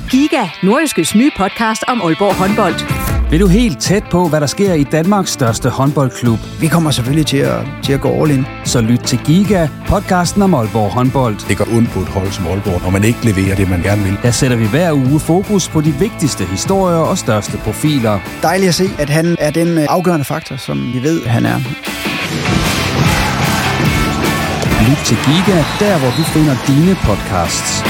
Giga, Nordjyskes nye podcast om Aalborg håndbold. Vil du helt tæt på, hvad der sker i Danmarks største håndboldklub? Vi kommer selvfølgelig til at gå all in. Så lyt til Giga, podcasten om Aalborg håndbold. Det går ondt på et hold som Aalborg, når man ikke leverer det, man gerne vil. Der sætter vi hver uge fokus på de vigtigste historier og største profiler. Dejligt at se, at han er den afgørende faktor, som vi ved, han er. Lyt til Giga, der hvor du finder dine podcasts.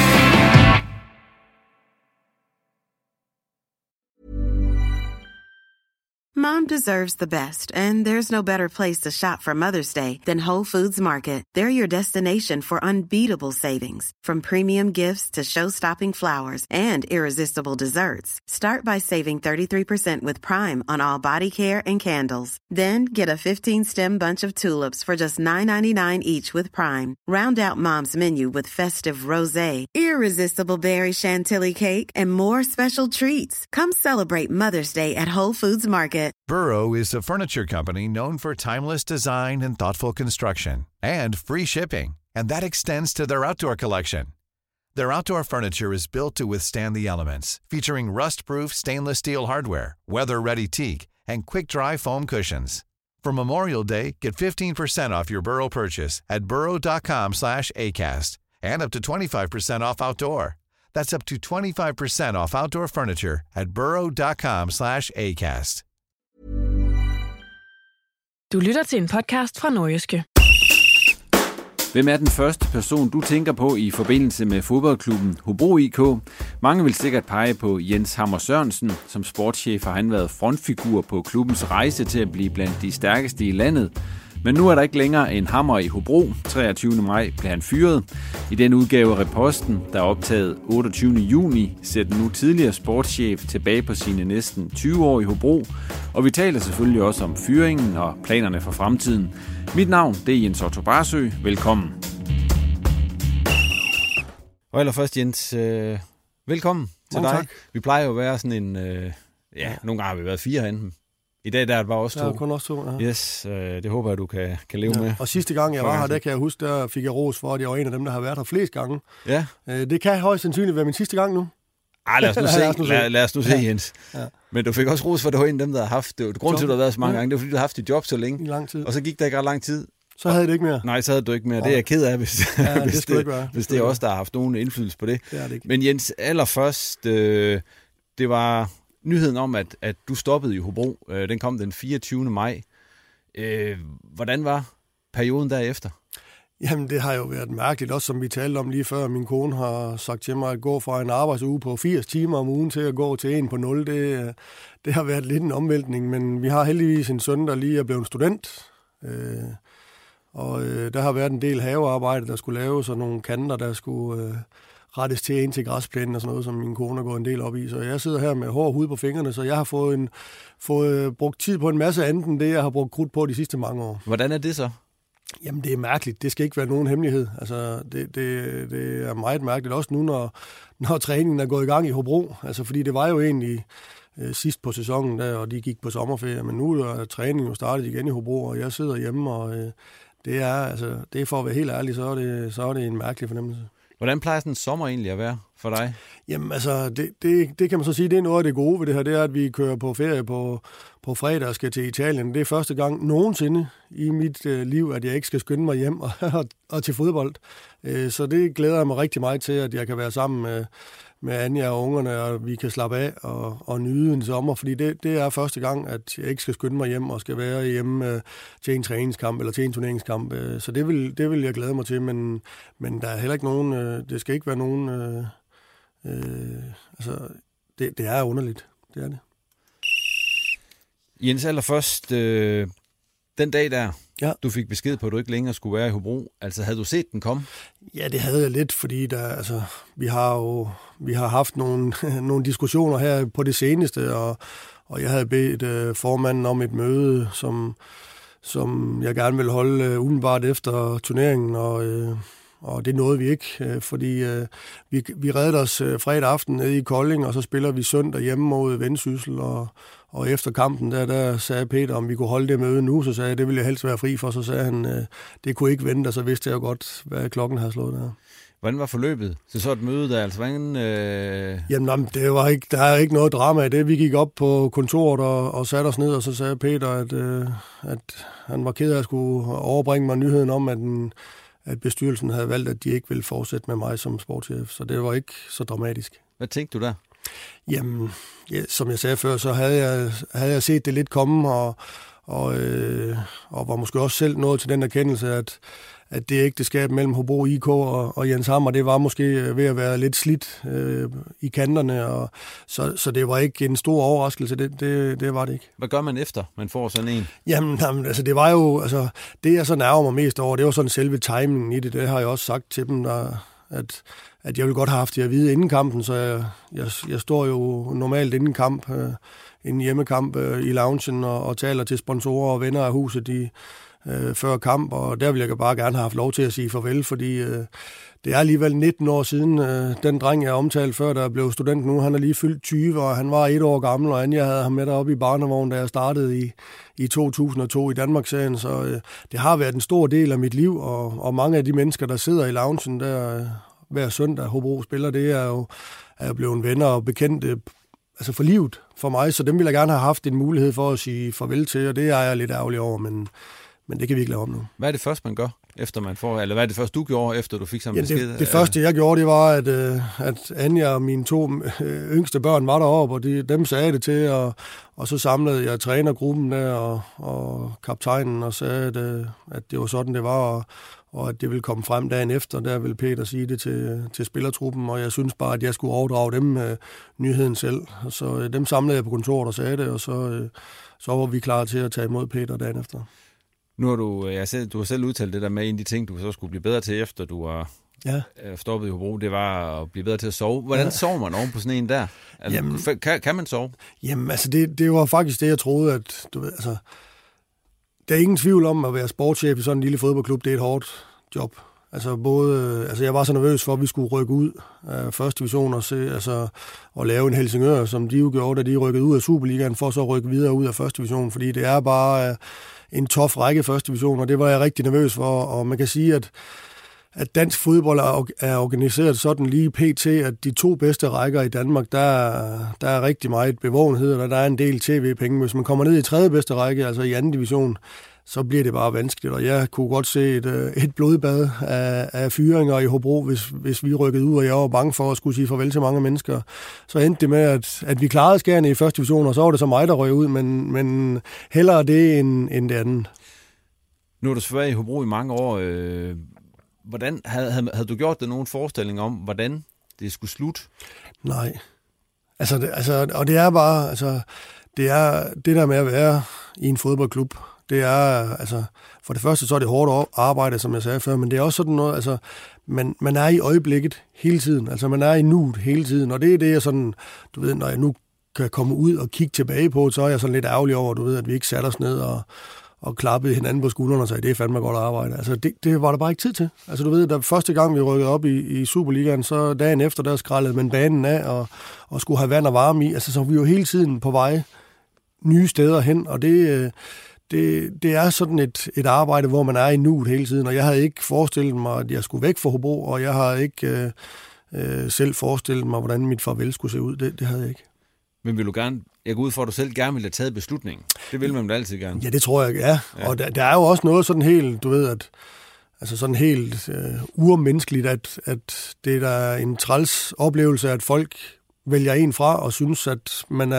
Mom deserves the best, and there's no better place to shop for Mother's Day than Whole Foods Market. They're your destination for unbeatable savings, from premium gifts to show-stopping flowers and irresistible desserts. Start by saving 33% with Prime on all body care and candles. Then get a 15-stem bunch of tulips for just $9.99 each with Prime. Round out Mom's menu with festive rosé, irresistible berry chantilly cake, and more special treats. Come celebrate Mother's Day at Whole Foods Market. Burrow is a furniture company known for timeless design and thoughtful construction, and free shipping, and that extends to their outdoor collection. Their outdoor furniture is built to withstand the elements, featuring rust-proof stainless steel hardware, weather-ready teak, and quick-dry foam cushions. For Memorial Day, get 15% off your Burrow purchase at burrow.com/acast, and up to 25% off outdoor. That's up to 25% off outdoor furniture at burrow.com/acast. Du lytter til en podcast fra Nordjyske. Hvem er den første person, du tænker på i forbindelse med fodboldklubben Hobro IK? Mange vil sikkert pege på Jens Hammer Sørensen. Som sportschef har han været frontfigur på klubbens rejse til at blive blandt de stærkeste i landet. Men nu er der ikke længere en Hammer i Hobro. 23. maj blev han fyret. I den udgave af Reposten, der er optaget 28. juni, ser den nu tidligere sportschef tilbage på sine næsten 20 år i Hobro. Og vi taler selvfølgelig også om fyringen og planerne for fremtiden. Mit navn, det er Jens Otto Barsø. Velkommen. Og allerførst, Jens, velkommen til dig. Tak. Vi plejer jo at være sådan en... nogle gange har vi været 4 herinde. I dag der er det bare os 2. Ja, kun os 2, ja. Yes, det håber jeg, du kan leve med. Og sidste gang jeg var her, der kan jeg huske, der fik jeg ros for, at jeg var en af dem, der har været her flest gange. Ja. Det kan højst sandsynligt være min sidste gang nu. Lad os nu se, Jens. Ja. Men du fik også ros for, at du var en af dem, der har haft det. Grunden til, at du har været så mange gange, det var, fordi du har haft dit job så længe. I lang tid. Og så gik der ikke ret lang tid. Så havde det ikke mere. Nej, så havde du ikke mere. Det er jeg ked af, hvis det er os, der har haft nogen indflydelse på det. Det er det ikke. Men Jens, allerførst, det var... Nyheden om, at du stoppede i Hobro, den kom den 24. maj. Hvordan var perioden derefter? Jamen, det har jo været mærkeligt, også som vi talte om lige før. Min kone har sagt til mig, at gå fra en arbejdsuge på 80 timer om ugen til at gå til en på 0. Det har været lidt en omvæltning, men vi har heldigvis en søn, der lige er blevet student. Og der har været en del havearbejde, der skulle laves, og nogle kanter, der skulle... rettes til ind til græsplænen og sådan noget, som min kone går en del op i. Så jeg sidder her med hård hud på fingrene, så jeg har fået brugt tid på en masse andet end det, jeg har brugt krudt på de sidste mange år. Hvordan er det så? Jamen, det er mærkeligt. Det skal ikke være nogen hemmelighed. Altså, det er meget mærkeligt, også nu, når træningen er gået i gang i Hobro. Altså, fordi det var jo egentlig sidst på sæsonen, der, og de gik på sommerferie, men nu er træningen jo startet igen i Hobro, og jeg sidder hjemme, og det er for at være helt ærlig, så er det en mærkelig fornemmelse. Hvordan plejer sådan en sommer egentlig at være for dig? Jamen altså, det kan man så sige, det er noget af det gode ved det her, det er, at vi kører på ferie på fredag og skal til Italien. Det er første gang nogensinde i mit liv, at jeg ikke skal skynde mig hjem og til fodbold. Så det glæder jeg mig rigtig meget til, at jeg kan være sammen med Anja og ungerne, og vi kan slappe af og nyde en sommer, fordi det er første gang, at jeg ikke skal skynde mig hjem og skal være hjemme til en træningskamp eller til en turneringskamp. Så det vil jeg glæde mig til, men der er heller ikke nogen, det skal ikke være nogen, det er underligt, det er det. Jens, allerførst, den dag der, du fik besked på, at du ikke længere skulle være i Hobro, altså havde du set den komme? Ja, det havde jeg lidt, fordi vi har haft nogle diskussioner her på det seneste, og jeg havde bedt formanden om et møde, som jeg gerne ville holde umiddelbart efter turneringen, og det nåede vi ikke, fordi vi reddede os fredag aften nede i Kolding, og så spiller vi søndag hjemme mod Vendsyssel, og efter kampen der sagde Peter, om vi kunne holde det møde nu, så sagde jeg, det ville jeg helst være fri for, så sagde han, det kunne ikke vente, og så vidste jeg jo godt, hvad klokken havde slået der. Hvordan var forløbet? Så et møde der, altså hvordan... Jamen, der er ikke noget drama i det. Vi gik op på kontoret og satte os ned, og så sagde Peter, at han var ked af at skulle overbringe mig nyheden om, at bestyrelsen havde valgt, at de ikke ville fortsætte med mig som sportschef. Så det var ikke så dramatisk. Hvad tænkte du der? Jamen, ja, som jeg sagde før, så havde jeg set det lidt komme, og var måske også selv nået til den erkendelse, at det ægteskab mellem Hobro IK og Jens Hammer, det var måske ved at være lidt slidt i kanterne, og så det var ikke en stor overraskelse, det var det ikke. Hvad gør man efter, man får sådan en? Jamen altså det var jo, altså det jeg så nærmer mig mest over, det var sådan selve timingen i det, det har jeg også sagt til dem, at jeg ville godt have haft det at vide inden kampen, så jeg står jo normalt inden kamp, inden hjemmekamp i loungen og taler til sponsorer og venner af huset før kamp, og der ville jeg bare gerne have haft lov til at sige farvel, fordi det er alligevel 19 år siden, den dreng, jeg omtalte før, der blev student nu, han er lige fyldt 20, og han var 1 år gammel, og jeg havde ham med deroppe i barnevognen, da jeg startede i 2002 i Danmarksserien, så det har været en stor del af mit liv, og mange af de mennesker, der sidder i loungen der hver søndag, Hobro spiller, det er jo blevet venner og bekendte altså for livet for mig, så dem ville jeg gerne have haft en mulighed for at sige farvel til, og det er jeg lidt ærgerlig over, men det kan vi ikke lave om nu. Hvad er det første, man gør, efter man får, eller hvad er det første, du gjorde, efter du fik sådan en besked? Det første, jeg gjorde, det var, at Anja og mine 2 yngste børn var deroppe, og dem sagde det til, og så samlede jeg trænergruppen der, og kaptajnen, og sagde, at det var sådan, det var, og at det ville komme frem dagen efter. Der ville Peter sige det til spillertruppen, og jeg synes bare, at jeg skulle overdrage dem nyheden selv. Så dem samlede jeg på kontoret og sagde det, og så var vi klar til at tage imod Peter dagen efter. Nu har du har selv udtalt det der med, en af de ting, du så skulle blive bedre til, efter du har stoppet i Hobro, det var at blive bedre til at sove. Hvordan sover man oven på sådan en der? Altså, kan man sove? Jamen, altså det var faktisk det, jeg troede, at du ved, altså, der er ingen tvivl om at være sportschef i sådan en lille fodboldklub, det er et hårdt job. Altså jeg var så nervøs for, at vi skulle rykke ud af første division og lave en Helsingør, som de jo gjorde, da de rykkede ud af Superligaen, for så at rykke videre ud af første division, fordi det er bare en tof række første division, og det var jeg rigtig nervøs for, og man kan sige, at dansk fodbold er organiseret sådan lige pt, at de 2 bedste rækker i Danmark, der er rigtig meget bevågenhed, og der er en del tv-penge. Hvis man kommer ned i 3. bedste række, altså i anden division, så bliver det bare vanskeligt, og jeg kunne godt se et blodbad af fyringer i Hobro, hvis vi rykkede ud, og jeg var bange for at skulle sige farvel til mange mennesker. Så endte det med, at vi klarede skærene i første division, og så var det så mig, der røg ud, men hellere det end det andet. Nu har du været i Hobro i mange år. Hvordan havde du gjort dig nogen forestilling om, hvordan det skulle slutte? Nej. Og det er bare, det er det der med at være i en fodboldklub. Det er, for det første så er det hårdt arbejde, som jeg sagde før, men det er også sådan noget, man er i øjeblikket hele tiden, man er i nuet hele tiden, og det er det, jeg sådan, du ved, når jeg nu kan komme ud og kigge tilbage på, så er jeg sådan lidt ærgerlig over, du ved, at vi ikke satte os ned og klappede hinanden på skuldrene og sagde, det er fandme godt arbejde. Det var der bare ikke tid til. Du ved, da første gang vi rykkede op i Superligaen, så dagen efter, der skrællede man banen af og skulle have vand og varme i. Så vi jo hele tiden på vej nye steder hen, og det er sådan et arbejde, hvor man er i nuet hele tiden, og jeg havde ikke forestillet mig, at jeg skulle væk fra Hobro, og jeg har ikke selv forestillet mig, hvordan mit farvel skulle se ud. Det havde jeg ikke. Men vil du gerne, jeg går ud for, at du selv gerne ville have taget beslutningen. Det vil man jo altid gerne. Ja, det tror jeg, ja. Og der er jo også noget sådan helt, du ved, sådan helt urmenneskeligt, at det er en træls oplevelse, at folk vælger en fra og synes, at man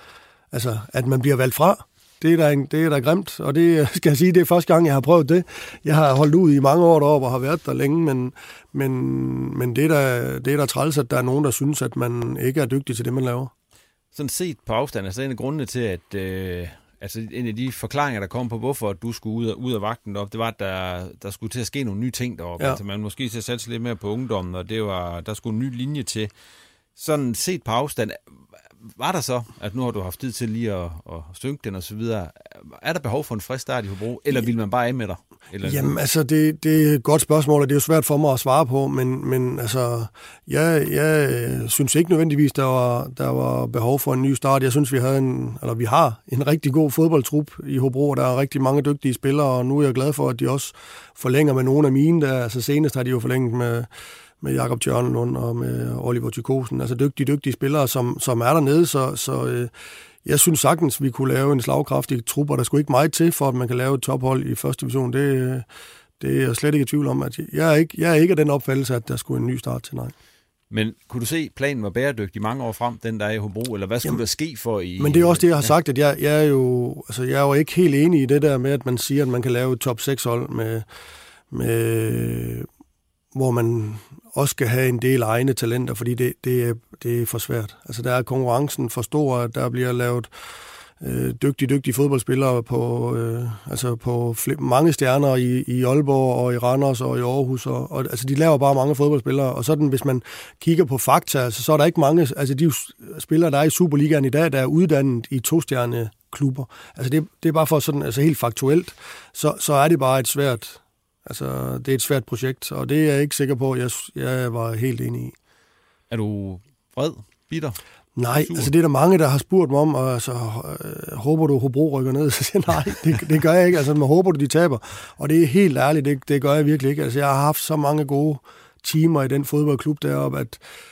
at man bliver valgt fra. Det er da grimt, og det skal jeg sige, det er første gang, jeg har prøvet det. Jeg har holdt ud i mange år deroppe og har været der længe, men det er da træls, at der er nogen, der synes, at man ikke er dygtig til det, man laver. Sådan set på afstand, en af grundene til, at en af de forklaringer, der kom på, hvorfor du skulle ud af vagten deroppe, det var, at der skulle til at ske nogle nye ting deroppe. Ja. Man måske til at satse lidt mere på ungdommen, og der skulle en ny linje til. Sådan set på afstand, var der så, at nu har du haft tid til lige at synke den og så videre, er der behov for en frisk start i Hobro, eller vil man bare af med dig? Jamen, det er et godt spørgsmål, og det er jo svært for mig at svare på, men jeg synes ikke nødvendigvis, der var behov for en ny start. Jeg synes, vi har en rigtig god fodboldtrup i Hobro, og der er rigtig mange dygtige spillere, og nu er jeg glad for, at de også forlænger med nogle af mine. Senest har de jo forlænget Jakob Tjørnelund og med Oliver Tykosen. Altså dygtige spillere, som er dernede, så jeg synes sagtens, vi kunne lave en slagkraftig trup, og der skulle ikke meget til, for at man kan lave et tophold i første division. Det er jeg slet ikke i tvivl om. At jeg er ikke af den opfattelse, at der skulle en ny start til, nej. Men kunne du se, at planen var bæredygtig mange år frem, den der er i Hobro, eller hvad skulle der ske for i... Men det er også det, jeg har sagt, at jeg er jo ikke helt enig i det der med, at man siger, at man kan lave et top 6-hold med hvor man også skal have en del egne talenter, fordi det er for svært. Altså der er konkurrencen for stor, at der bliver lavet dygtige fodboldspillere på mange stjerner i Aalborg og i Randers og i Aarhus. Og altså de laver bare mange fodboldspillere. Og sådan, hvis man kigger på fakta, altså, så er der ikke mange... Altså de spillere, der er i Superligaen i dag, der er uddannet i 2-stjerne klubber. Altså det er bare for sådan, altså helt faktuelt, så er det bare et svært... Altså, det er et svært projekt, og det er jeg ikke sikker på, at jeg var helt enig i. Er du vred? Bitter? Nej, altså det er der mange, der har spurgt mig om, og altså, håber du, Hobro rykker ned? Så siger jeg, nej, det gør jeg ikke. Altså, man håber du, de taber. Og det er helt ærligt, det gør jeg virkelig ikke. Altså, jeg har haft så mange gode timer i den fodboldklub deroppe,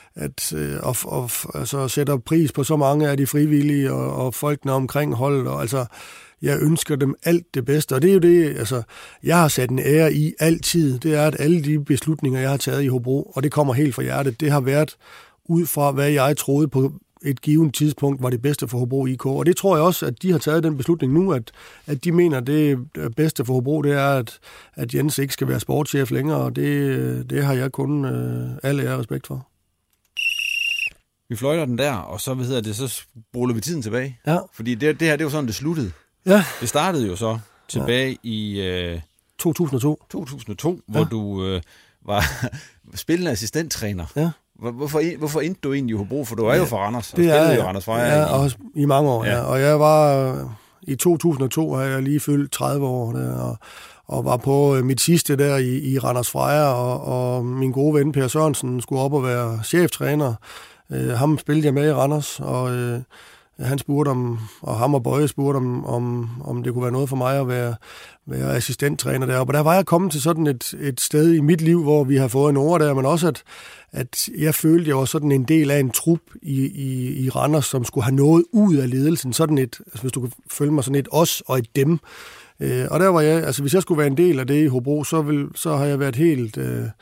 at sætter pris på så mange af de frivillige og folkene omkring holdet, og altså... Jeg ønsker dem alt det bedste, og det er jo det, altså, jeg har sat en ære i altid, det er, at alle de beslutninger, jeg har taget i Hobro, og det kommer helt fra hjertet, det har været ud fra, hvad jeg troede på et givet tidspunkt var det bedste for Hobro IK, og det tror jeg også, at de har taget den beslutning nu, at de mener, at det bedste for Hobro, det er, at Jens ikke skal være sportschef længere, og det har jeg kun al ære og respekt for. Vi fløjter den der, og så spoler vi tiden tilbage. Ja. Fordi det her, det var sådan, det sluttede. Ja. Det startede jo så tilbage i 2002. 2002, hvor du var spillende assistenttræner. Ja. Hvorfor endte du egentlig i Hobro? For du er jo fra Randers, og spillede jo Randers Freja. Ja, også i mange år, ja. Og jeg var... I 2002 har jeg lige fyldt 30 år der, og var på mit sidste der i Randers Freja, og min gode ven Per Sørensen skulle op og være cheftræner. Ham spillede jeg med i Randers, og han spurgte og ham og Bøje spurgte om det kunne være noget for mig at være assistenttræner deroppe. Og der var jeg kommet til sådan et sted i mit liv, hvor vi har fået en ord der, men også at jeg følte, jeg var sådan en del af en trup i Randers, som skulle have noget ud af ledelsen. Sådan et, altså hvis du kan følge mig, sådan et os og et dem. Og der var jeg, altså hvis jeg skulle være en del af det i Hobro, så har jeg været helt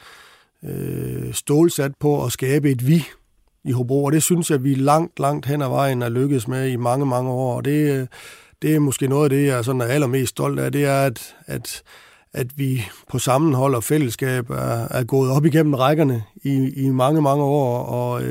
stålsat på at skabe et vi i Hobro, og det synes jeg, vi langt hen ad vejen er lykkedes med i mange, mange år, og det er måske noget af det, jeg sådan er allermest stolt af, det er, at vi på sammenhold og fællesskab er gået op igennem rækkerne i mange, mange år, og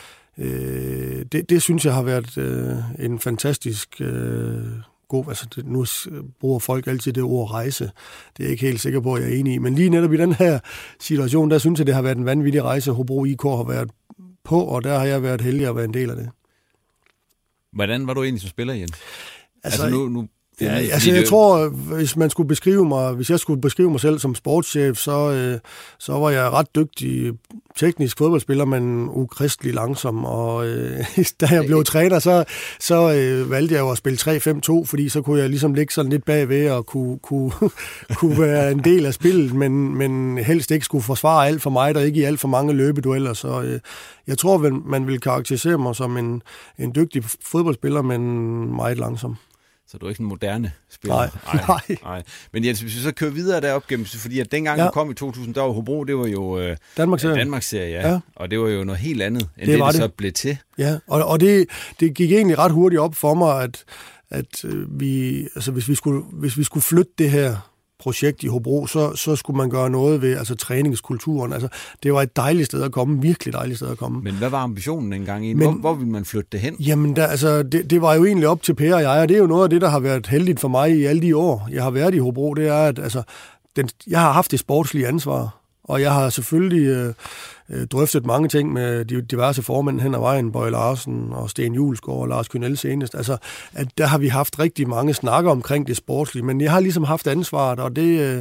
det synes jeg har været en fantastisk god, altså nu bruger folk altid det ord rejse, det er jeg ikke helt sikker på, at jeg er enig i, men lige netop i den her situation, der synes jeg, det har været en vanvittig rejse, Hobro IK har været på, og der har jeg været heldig at være en del af det. Hvordan var du egentlig som spiller, Jens? Altså nu jeg tror, hvis jeg skulle beskrive mig selv som sportschef, så var jeg ret dygtig teknisk fodboldspiller, men ukristelig langsom, og da jeg blev træner, så valgte jeg jo at spille 3-5-2, fordi så kunne jeg ligesom ligge sådan lidt bagved og kunne være en del af spillet, men helst ikke skulle forsvare alt for mig, der ikke i alt for mange løbedueller, så jeg tror, man vil karakterisere mig som en dygtig fodboldspiller, men meget langsom. Så du er ikke en moderne spiller? Nej. Men Jens, hvis vi så kører videre derop gennem, fordi at dengang du kom i 2000, der var Hobro, det var jo Danmarksserie, ja. Og det var jo noget helt andet, end det så blev til. Ja, og det gik egentlig ret hurtigt op for mig, at vi, altså hvis vi skulle flytte det her projekt i Hobro, så skulle man gøre noget ved altså træningskulturen. Altså, det var et dejligt sted at komme, virkelig dejligt sted at komme. Men hvad var ambitionen engang i? Hvor ville man flytte det hen? Jamen, det var jo egentlig op til Per og jeg, og det er jo noget af det, der har været heldigt for mig i alle de år, jeg har været i Hobro, det er, at altså, jeg har haft det sportslige ansvar, og jeg har selvfølgelig drøftet mange ting med de diverse formænd hen ad vejen, Bøje Larsen og Sten Julesgaard og Lars Kynel senest. Altså, at der har vi haft rigtig mange snakker omkring det sportslige, men jeg har ligesom haft ansvaret, og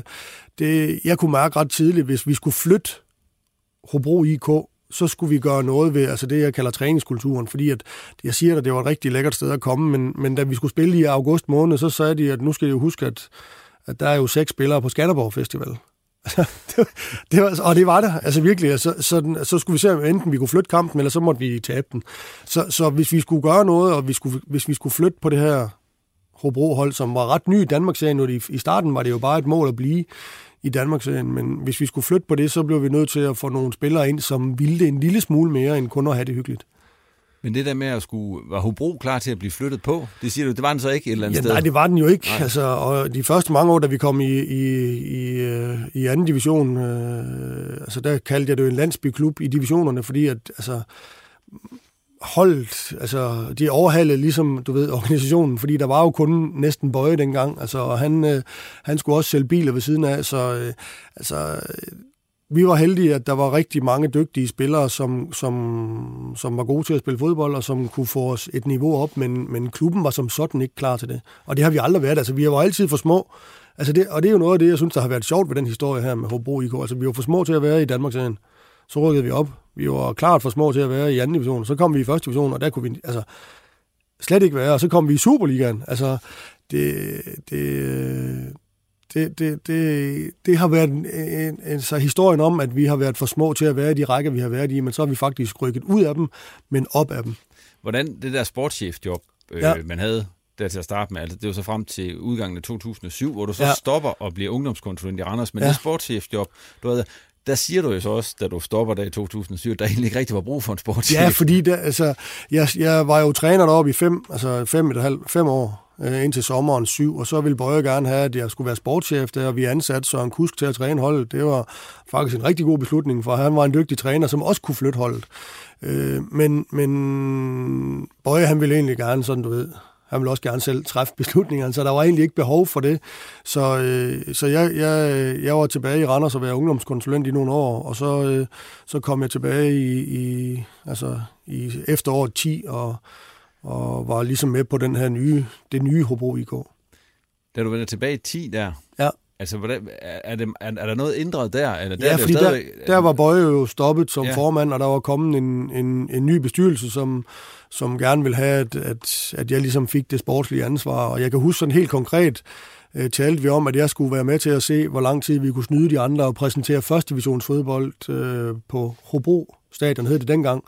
jeg kunne mærke ret tidligt, hvis vi skulle flytte Hobro IK, så skulle vi gøre noget ved altså det, jeg kalder træningskulturen, fordi at jeg siger, at det var et rigtig lækkert sted at komme, men da vi skulle spille i august måned, så sagde de, at nu skal I jo huske, at der er jo 6 spillere på Skanderborg Festival. det var det, altså virkelig. Så skulle vi se, om enten vi kunne flytte kampen, eller så måtte vi tabe den. Så hvis vi skulle gøre noget, og hvis vi skulle flytte på det her Hobro-hold, som var ret ny i Danmarksserien, i starten var det jo bare et mål at blive i Danmarksserien, men hvis vi skulle flytte på det, så blev vi nødt til at få nogle spillere ind, som ville det en lille smule mere, end kun at have det hyggeligt. Men det der med at var Hobro klar til at blive flyttet på, det siger du, det var den så ikke et eller andet sted? Nej, det var den jo ikke. Altså, og de første mange år, da vi kom i anden division, altså der kaldte jeg det jo en landsbyklub i divisionerne, fordi at altså holdt, altså de overhalede ligesom, du ved, organisationen, fordi der var jo kun næsten Bøje dengang, altså, og han skulle også sælge biler ved siden af, så vi var heldige, at der var rigtig mange dygtige spillere, som var gode til at spille fodbold, og som kunne få os et niveau op, men klubben var som sådan ikke klar til det. Og det har vi aldrig været. Altså, vi var altid for små. Altså, og det er jo noget af det, jeg synes, der har været sjovt ved den historie her med Hobro IK. Altså, vi var for små til at være i Danmarksserien. Så rykkede vi op. Vi var klart for små til at være i anden division. Så kom vi i første division, og der kunne vi altså slet ikke være. Og så kom vi i Superligaen. Altså, det har været så historien om, at vi har været for små til at være i de rækker, vi har været i, men så har vi faktisk rykket ud af dem, men op af dem. Hvordan det der sportschefjob, man havde der til at starte med, altså det var så frem til udgangen af 2007, hvor du så stopper og bliver ungdomskonsulent i Randers, men det sportschefjob, du havde, der siger du jo så også, da du stopper der i 2007, der egentlig ikke rigtig var brug for en sportschef. Ja, fordi jeg var jo træner deroppe i 5 år, indtil sommeren 7, og så ville Bøje gerne have, at jeg skulle være sportschef der, og vi ansatte Søren Kusk til at træne holdet. Det var faktisk en rigtig god beslutning, for han var en dygtig træner, som også kunne flytte holdet. Men Bøje, han ville egentlig gerne, sådan du ved, han ville også gerne selv træffe beslutningerne, så der var egentlig ikke behov for det. Så jeg var tilbage i Randers og var ungdomskonsulent i nogle år, og så kom jeg tilbage i efteråret 10 og var ligesom med på det nye Hobro IK. Da du vender tilbage i 10 der, altså er der noget ændret der? Eller der fordi der var Bøje jo stoppet som formand, og der var kommet en ny bestyrelse, som gerne ville have, at jeg ligesom fik det sportslige ansvar. Og jeg kan huske sådan helt konkret, talte vi om, at jeg skulle være med til at se, hvor lang tid vi kunne snyde de andre og præsentere første divisionsfodbold på Hobro Stadion, hed det dengang.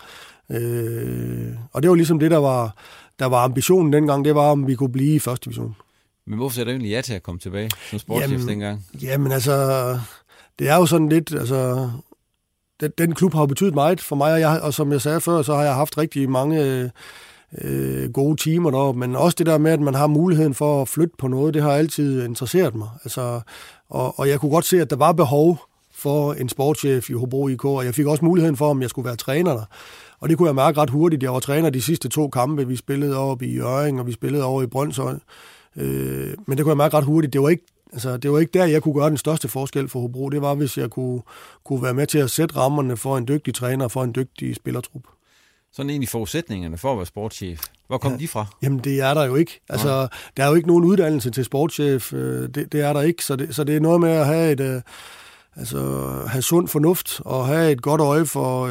Og det var ligesom det, der var ambitionen dengang, det var, om vi kunne blive i første division. Men hvorfor er der egentlig ja til at komme tilbage som sportschef dengang? Jamen altså, det er jo sådan lidt, altså, den klub har jo betydet meget for mig, og som jeg sagde før, så har jeg haft rigtig mange gode timer deroppe, men også det der med, at man har muligheden for at flytte på noget, det har altid interesseret mig. Altså, og jeg kunne godt se, at der var behov for en sportschef i Hobro IK, og jeg fik også muligheden for, om jeg skulle være træner der. Og det kunne jeg mærke ret hurtigt. Jeg var træner de sidste 2 kampe. Vi spillede oppe i Hjørring, og vi spillede over i Brøndshøj. Men det kunne jeg mærke ret hurtigt. Det var ikke der, jeg kunne gøre den største forskel for Hobro. Det var, hvis jeg kunne være med til at sætte rammerne for en dygtig træner og for en dygtig spillertrup. Sådan egentlig forudsætningerne for at være sportschef. Hvor kom de fra? Jamen, det er der jo ikke. Altså, der er jo ikke nogen uddannelse til sportschef. Det er der ikke. Så det er noget med at have have sund fornuft og have et godt øje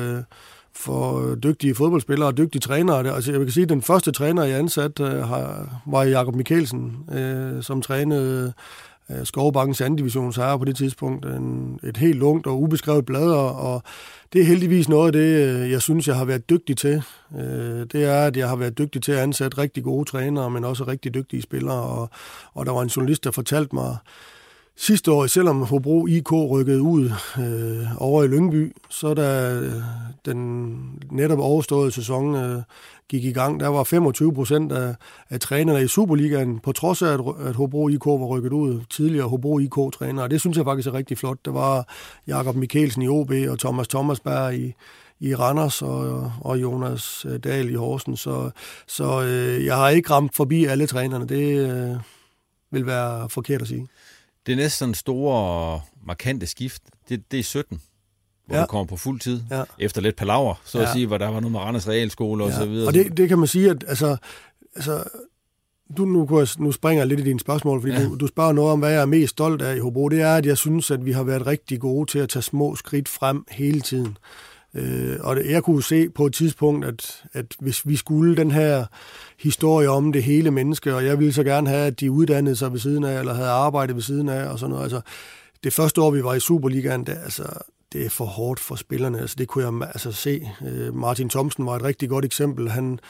for dygtige fodboldspillere og dygtige trænere. Altså, jeg kan sige, at den første træner, jeg ansat, var Jakob Mikkelsen, som trænede Skovbankens anden divisions herre på det tidspunkt. Et helt ungt og ubeskrevet blad, og det er heldigvis noget af det, jeg synes, jeg har været dygtig til. Det er, at jeg har været dygtig til at ansætte rigtig gode trænere, men også rigtig dygtige spillere. Og der var en journalist, der fortalte mig sidste år, selvom Hobro IK rykkede ud over i Lyngby, så da den netop overståede sæson gik i gang, der var 25% af trænerne i Superligaen, på trods af, at Hobro IK var rykket ud, tidligere Hobro IK-trænere. Det synes jeg faktisk er rigtig flot. Der var Jakob Mikkelsen i OB og Thomas Thomasberg i Randers og Jonas Dahl i Horsens. Så jeg har ikke ramt forbi alle trænerne. Det vil være forkert at sige. Det næste sådan store og markante skift, det er 17, hvor du kommer på fuld tid, efter lidt palaver, så at sige, hvor der var noget med Randers Realskole og så videre. Og det kan man sige, at altså nu springer jeg lidt i dine spørgsmål, fordi du spørger noget om, hvad jeg er mest stolt af i Hobro. Det er, at jeg synes, at vi har været rigtig gode til at tage små skridt frem hele tiden. Og jeg kunne se på et tidspunkt, at hvis vi skulle den her historie om det hele menneske, og jeg ville så gerne have, at de uddannede sig ved siden af, eller havde arbejdet ved siden af, og sådan noget. Altså, det første år, vi var i Superligaen, det er for hårdt for spillerne. Altså, det kunne jeg se. Martin Thomsen var et rigtig godt eksempel.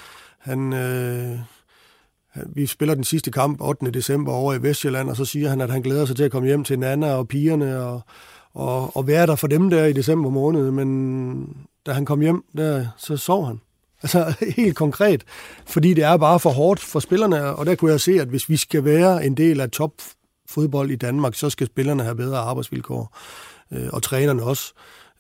Vi spiller den sidste kamp 8. december over i Vestjylland, og så siger han, at han glæder sig til at komme hjem til Nana og pigerne og være der for dem der i december måned. Men da han kom hjem, så sov han. Altså helt konkret. Fordi det er bare for hårdt for spillerne, og der kunne jeg se, at hvis vi skal være en del af topfodbold i Danmark, så skal spillerne have bedre arbejdsvilkår. Og trænerne også.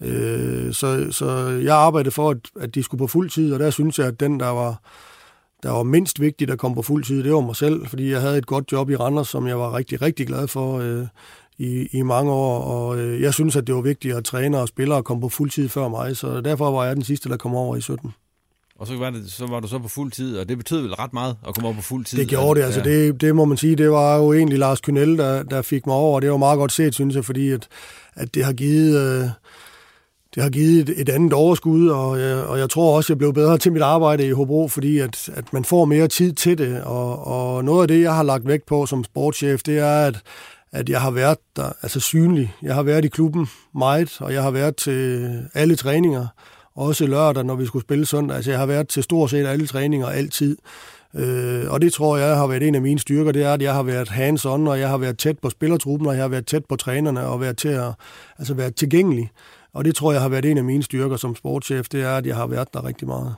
Så jeg arbejdede for, at de skulle på fuld tid, og der synes jeg, at den, der var mindst vigtigt at komme på fuld tid, det var mig selv, fordi jeg havde et godt job i Randers, som jeg var rigtig, rigtig glad for i mange år, og jeg synes, at det var vigtigt, at træner og spillere kom på fuld tid før mig, så derfor var jeg den sidste, der kom over i 17. Og så var du så på fuld tid, og det betød vel ret meget at komme over på fuld tid? Det gjorde det, altså det må man sige, det var jo egentlig Lars Kynel, der fik mig over, og det var meget godt set, synes jeg, fordi at det har givet et andet overskud, og jeg tror også, jeg blev bedre til mit arbejde i Hobro, fordi at man får mere tid til det, og noget af det, jeg har lagt vægt på som sportschef, det er, at jeg har været der, altså synlig. Jeg har været i klubben meget, og jeg har været til alle træninger, også lørdag, når vi skulle spille søndag. Altså jeg har været til stort set alle træninger altid. Og det tror jeg har været en af mine styrker, det er, at jeg har været hands-on, og jeg har været tæt på spillertruppen, og jeg har været tæt på trænerne, og været tilgængelig. Og det tror jeg har været en af mine styrker som sportschef, det er, at jeg har været der rigtig meget.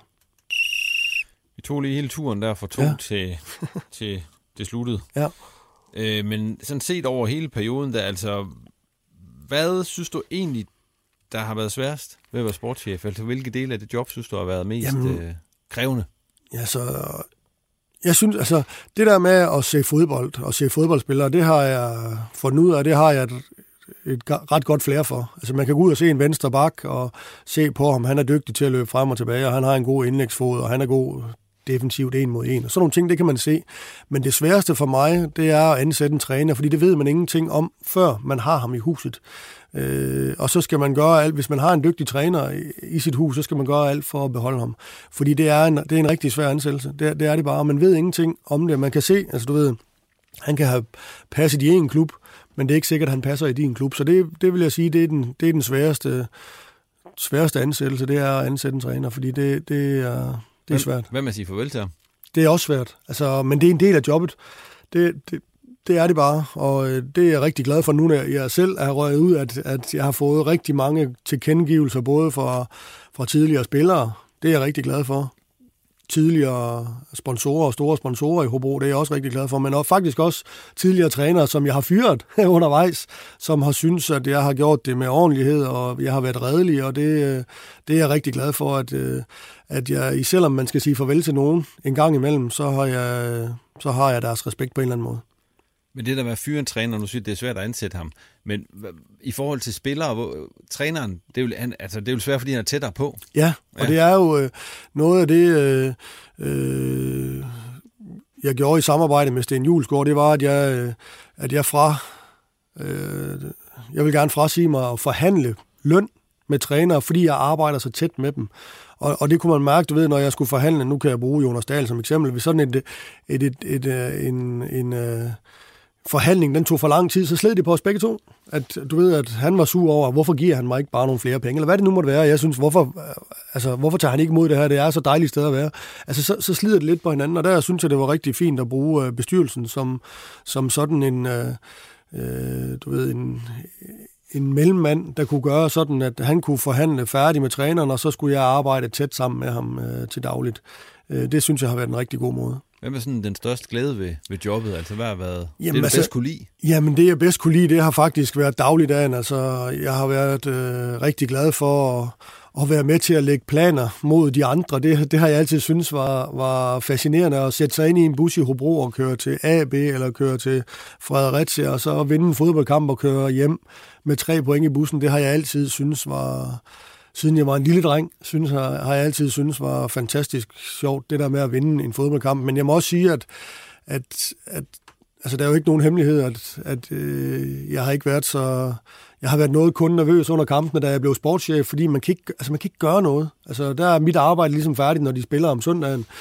Vi tog lige hele turen der fra 2 til det sluttede. Ja. Men sådan set over hele perioden, der altså, hvad synes du egentlig, der har været sværest ved at være sportschef? Altså hvilke dele af det job synes du har været mest krævende? Ja, så jeg synes, altså det der med at se fodbold og se fodboldspillere, det har jeg fundet ud af, det har jeg et ret godt flair for. Altså man kan gå ud og se en venstre bak og se på ham, han er dygtig til at løbe frem og tilbage, og han har en god indlægsfod, og han er god defensivt 1 mod 1. Og sådan nogle ting, det kan man se. Men det sværeste for mig, det er at ansætte en træner, fordi det ved man ingenting om, før man har ham i huset. Og så skal man gøre alt. Hvis man har en dygtig træner i sit hus, så skal man gøre alt for at beholde ham. Fordi det er en rigtig svær ansættelse. Det er det bare. Man ved ingenting om det. Man kan se, altså du ved, han kan have passet i en klub, men det er ikke sikkert, at han passer i din klub. Så det vil jeg sige, det er den sværeste ansættelse, det er at ansætte en træner, fordi det er svært. Hvad med at sige farvel til ham? Det er også svært, altså, men det er en del af jobbet. Det er det bare, og det er jeg rigtig glad for nu, når jeg selv er røget ud, at jeg har fået rigtig mange tilkendegivelser, både fra tidligere spillere. Det er jeg rigtig glad for. Tidligere sponsorer og store sponsorer i Hobro, det er jeg også rigtig glad for, men faktisk også tidligere trænere, som jeg har fyret undervejs, som har syntes, at jeg har gjort det med ordentlighed, og jeg har været redelig, og det er jeg rigtig glad for, at jeg, selvom man skal sige farvel til nogen en gang imellem, så har jeg deres respekt på en eller anden måde. Men det der med at fyre en træner, nu synes det er svært at ansætte ham, men i forhold til spillere, træneren, det er jo svært, fordi han er tættere på. Ja, og det er jo noget af det, jeg gjorde i samarbejde med Sten Julesgaard, det var, at jeg vil gerne frasige mig at forhandle løn med trænere, fordi jeg arbejder så tæt med dem. Og det kunne man mærke, du ved, når jeg skulle forhandle, nu kan jeg bruge Jonas Dahl som eksempel, hvis sådan en forhandling, den tog for lang tid, så sled det på os begge to. At du ved, at han var sur over, hvorfor giver han mig ikke bare nogle flere penge, eller hvad det nu måtte være. Jeg synes, hvorfor tager han ikke imod det her? Det er så dejligt sted at være. Altså, så slider det lidt på hinanden, og der synes jeg, det var rigtig fint at bruge bestyrelsen som sådan en, en mellemmand, der kunne gøre sådan, at han kunne forhandle færdig med træneren, og så skulle jeg arbejde tæt sammen med ham til dagligt. Det synes jeg har været en rigtig god måde. Hvad er sådan den største glæde ved jobbet? Altså, hvad har været det, du bedst kunne lide? Jamen, det jeg bedst kunne lide, det har faktisk været dagligdagen. Altså, jeg har været rigtig glad for at være med til at lægge planer mod de andre. Det har jeg altid synes var fascinerende at sætte sig ind i en bus i Hobro og køre til AB eller køre til Fredericia, og så vinde en fodboldkamp og køre hjem med 3 point i bussen. Det har jeg altid synes var... Siden jeg var en lille dreng, har jeg altid synes var fantastisk sjovt, det der med at vinde en fodboldkamp. Men jeg må også sige, at altså, der er jo ikke nogen hemmelighed, at jeg har ikke været så... Jeg har været noget kun nervøs under kampene, da jeg blev sportschef, fordi man kan ikke gøre noget. Altså, der er mit arbejde ligesom færdigt, når de spiller om søndagen.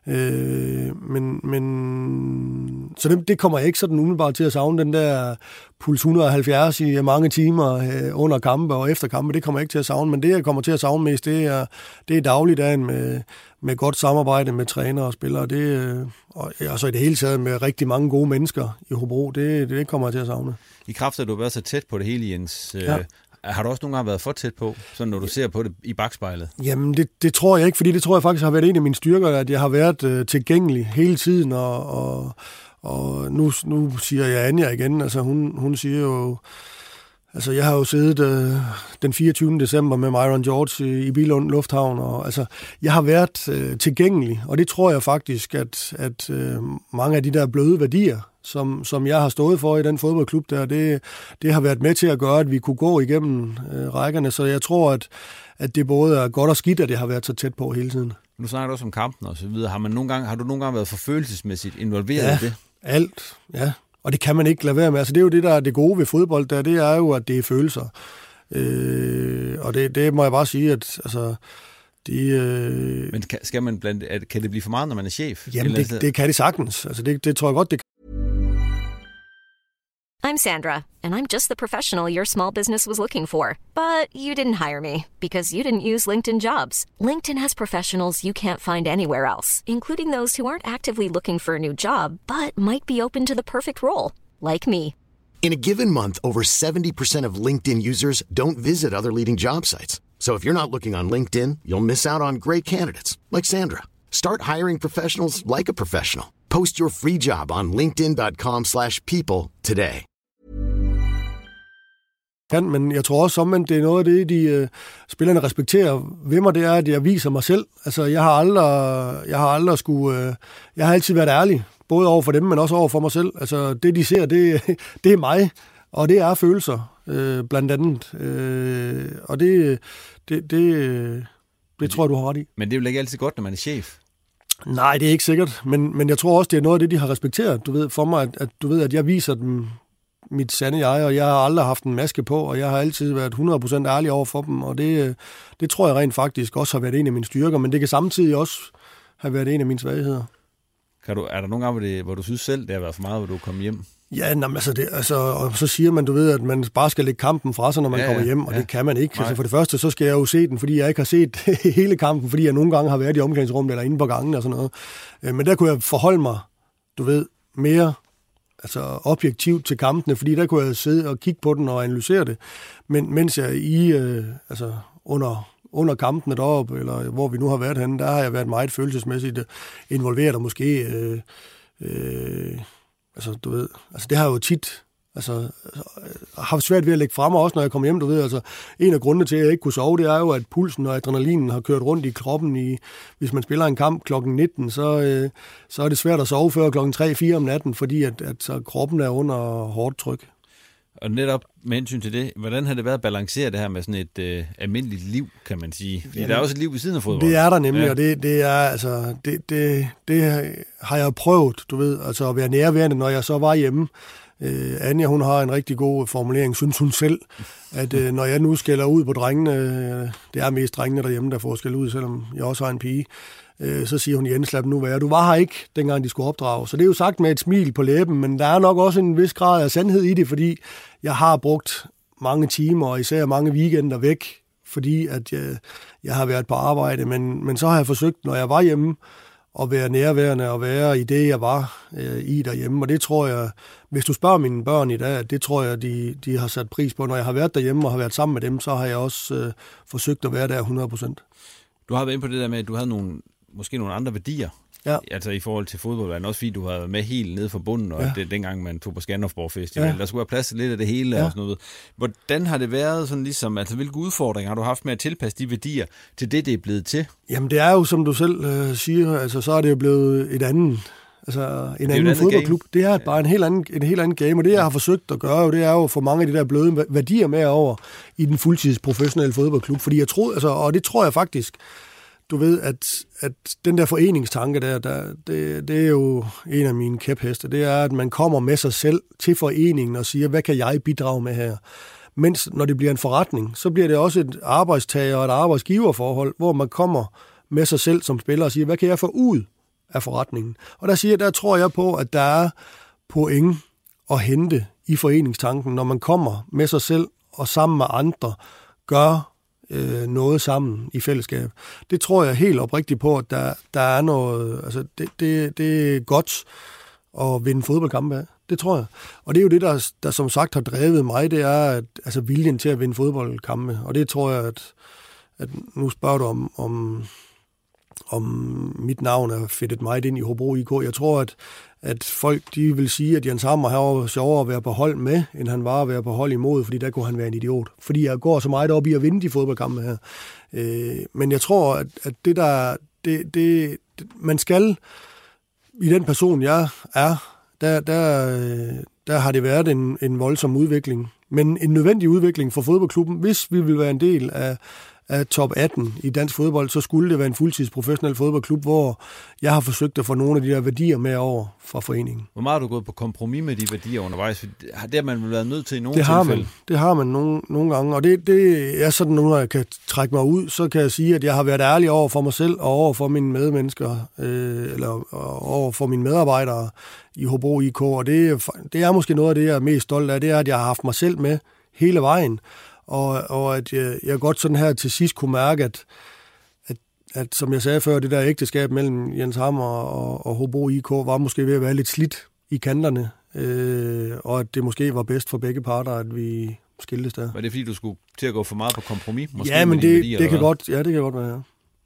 Så det kommer jeg ikke sådan umiddelbart til at savne, den der puls 170 i mange timer under kampe og efter kampe, det kommer jeg ikke til at savne, men det jeg kommer til at savne mest, det er dagligdagen med godt samarbejde med trænere og spillere, og så i det hele taget med rigtig mange gode mennesker i Hobro, det kommer jeg til at savne. I kraft af, at du har været så tæt på det hele, Jens, har du også nogle gange været for tæt på, sådan når du ser på det i bakspejlet? Jamen, det tror jeg ikke, fordi det tror jeg faktisk har været en af mine styrker, at jeg har været tilgængelig hele tiden, og nu siger jeg Anja igen, altså hun siger jo, altså jeg har jo siddet den 24. december med Myron George i Billund Lufthavn, og altså jeg har været tilgængelig, og det tror jeg faktisk, at mange af de der bløde værdier, som jeg har stået for i den fodboldklub der, det har været med til at gøre, at vi kunne gå igennem rækkerne, så jeg tror, at det både er godt og skidt, at det har været så tæt på hele tiden. Nu snakker du også om kampen og så videre. Har du nogle gange været for følelsesmæssigt involveret i det? Alt, ja. Og det kan man ikke lade være med. Altså, det er jo det, der er det gode ved fodbold, det er jo, at det er følelser. Og det må jeg bare sige, at altså, Men skal man kan det blive for meget, når man er chef? Jamen, det kan det sagtens. Altså, det tror jeg godt, det kan. I'm Sandra, and I'm just the professional your small business was looking for. But you didn't hire me because you didn't use LinkedIn Jobs. LinkedIn has professionals you can't find anywhere else, including those who aren't actively looking for a new job, but might be open to the perfect role, like me. In a given month, over 70% of LinkedIn users don't visit other leading job sites. So if you're not looking on LinkedIn, you'll miss out on great candidates like Sandra. Start hiring professionals like a professional. Post your free job on linkedin.com/people today. Men jeg tror også omvendt, det er noget af det, de spillerne respekterer ved mig, det er, at jeg viser mig selv. Altså, jeg har altid været ærlig, både over for dem, men også over for mig selv. Altså, det de ser, det er mig, og det er følelser, blandt andet. Og det tror jeg, du har ret i. Men det er jo ikke altid godt, når man er chef. Nej, det er ikke sikkert, men jeg tror også, det er noget af det, de har respekteret, du ved, for mig, at jeg viser dem mit sande jeg, og jeg har aldrig haft en maske på, og jeg har altid været 100% ærlig over for dem, og det tror jeg rent faktisk også har været en af mine styrker, men det kan samtidig også have været en af mine svagheder. Er der nogle gange, hvor du synes selv, det har været for meget, hvor du kommer hjem? Ja, og så siger man, du ved, at man bare skal lægge kampen fra sig, når man kommer hjem, og det kan man ikke. Altså for det første, så skal jeg jo se den, fordi jeg ikke har set hele kampen, fordi jeg nogle gange har været i omklædningsrummet eller inde på gangen og sådan noget. Men der kunne jeg forholde mig, du ved, mere objektivt til kampene, fordi der kunne jeg sidde og kigge på den og analysere det. Men mens jeg under kampene deroppe, eller hvor vi nu har været henne, der har jeg været meget følelsesmæssigt involveret, og måske du ved, det har jo tit har svært ved at lægge frem, også når jeg kommer hjem, du ved, altså en af grundene til, at jeg ikke kunne sove, det er jo, at pulsen og adrenalinen har kørt rundt i kroppen hvis man spiller en kamp klokken 19, så er det svært at sove før klokken 3-4 om natten, fordi at kroppen er under hårdt tryk. Og netop med hensyn til det, hvordan har det været at balancere det her med sådan et almindeligt liv, kan man sige? Fordi der er også et liv ved siden af fodbold. Det er der nemlig, og det er det har jeg prøvet, du ved, altså at være nærværende, når jeg så var hjemme. Anja, hun har en rigtig god formulering, synes hun selv, at når jeg nu skælder ud på drengene, det er mest drengene derhjemme, der får skæld ud, selvom jeg også har en pige, så siger hun, Jens, lad dem nu være. Du var her ikke, dengang de skulle opdrage. Så det er jo sagt med et smil på læben, men der er nok også en vis grad af sandhed i det, fordi jeg har brugt mange timer, og især mange weekender væk, fordi at jeg har været på arbejde, men så har jeg forsøgt, når jeg var hjemme, at være nærværende og være i det, jeg var i derhjemme. Og det tror jeg, hvis du spørger mine børn i dag, det tror jeg, de har sat pris på. Når jeg har været derhjemme og har været sammen med dem, så har jeg også forsøgt at være der 100%. Du har været inde på det der med, at du havde måske nogle andre værdier, altså i forhold til fodbold, også fordi du har været med helt nede fra bunden, og det dengang man tog på Skanderborg Festival, der skulle være plads til lidt af det hele og sådan noget. Hvordan har det været sådan ligesom, altså hvilke udfordringer har du haft med at tilpasse de værdier til det er blevet til? Jamen det er jo, som du selv siger, altså så er det jo blevet et andet, en anden fodboldklub. Game. Det er bare en helt anden game, og det jeg har forsøgt at gøre, det er jo at få mange af de der bløde værdier med over i den fuldtidsprofessionelle fodboldklub, fordi jeg tror, og det tror jeg faktisk, du ved, at den der foreningstanke det er jo en af mine kæpheste. Det er, at man kommer med sig selv til foreningen og siger, hvad kan jeg bidrage med her? Mens når det bliver en forretning, så bliver det også et arbejdstager- og et arbejdsgiverforhold, hvor man kommer med sig selv som spiller og siger, hvad kan jeg få ud af forretningen. Og der tror jeg på, at der er point at hente i foreningstanken, når man kommer med sig selv og sammen med andre gør noget sammen i fællesskab. Det tror jeg helt oprigtigt på, at der er noget, altså det er godt at vinde fodboldkampe af. Det tror jeg. Og det er jo det, der som sagt har drevet mig, det er at, altså viljen til at vinde fodboldkampe. Og det tror jeg, at nu spørger du om mit navn er fedtet meget ind i Hobro IK. Jeg tror, at folk de vil sige, at Jens Hammer var sjovere at være på hold med, end han var at være på hold imod, fordi der kunne han være en idiot. Fordi jeg går så meget op i at vinde de fodboldkampe her. Men jeg tror, at det der... man skal... I den person, jeg er, der har det været en voldsom udvikling. Men en nødvendig udvikling for fodboldklubben. Hvis vi vil være en del af top 18 i dansk fodbold, så skulle det være en fuldtidsprofessionel fodboldklub, hvor jeg har forsøgt at få nogle af de der værdier med over fra foreningen. Hvor meget har du gået på kompromis med de værdier undervejs? Det har man vel været nødt til i nogle tilfælde? Det har man nogle gange, og det er sådan, når jeg kan trække mig ud, så kan jeg sige, at jeg har været ærlig over for mig selv og over for mine medmennesker, eller over for mine medarbejdere i Hobro IK, og det er måske noget af det, jeg er mest stolt af, det er, at jeg har haft mig selv med hele vejen, og at jeg godt sådan her til sidst kunne mærke, at som jeg sagde før, det der ægteskab mellem Jens Hammer og Hobro IK var måske ved at være lidt slidt i kanterne, og at det måske var bedst for begge parter, at vi skiltes der. Var det fordi, du skulle til at gå for meget på kompromis? Måske ja, men det kan godt være, ja.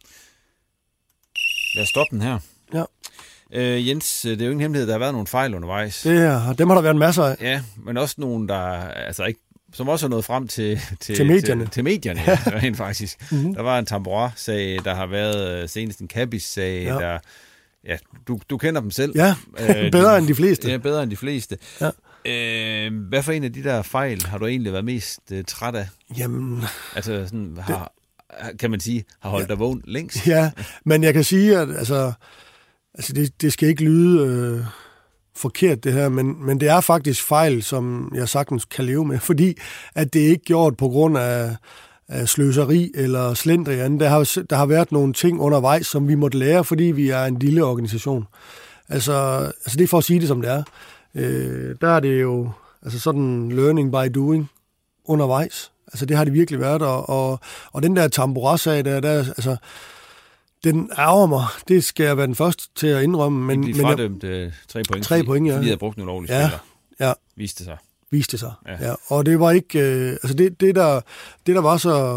Lad os stoppe den her. Ja. Jens, det er jo ingen hemmelighed, der har været nogle fejl undervejs. Dem har der været masser af. Ja, men også nogle, der altså ikke, som også er nået frem til medierne. Til medierne, ja, rent faktisk. Mm-hmm. Der var en Tamboura-sag, der har været senest en Kabis-sag, der... Ja, du kender dem selv. Ja, bedre end de fleste. Ja, bedre end de fleste. Ja. Hvad for en af de der fejl har du egentlig været mest træt af? Jamen... Altså, sådan, kan man sige, har holdt dig vågen længst? Ja, men jeg kan sige, at altså det skal ikke lyde forkert det her, men det er faktisk fejl, som jeg sagtens kan leve med, fordi at det er ikke gjort på grund af sløseri eller slendrian. Der har været nogle ting undervejs, som vi måtte lære, fordi vi er en lille organisation. Altså det er for at sige det, som det er. Der er det jo altså sådan learning by doing undervejs. Altså det har det virkelig været, og den der Tamboura-sag, der altså den ærger mig. Det skal jeg være den første til at indrømme. Men de fradømt 3 point. 3 point, ja. Fordi de havde brugt nogle lovlige spillere. Ja. Viste sig. Ja. Og det var ikke... altså det der var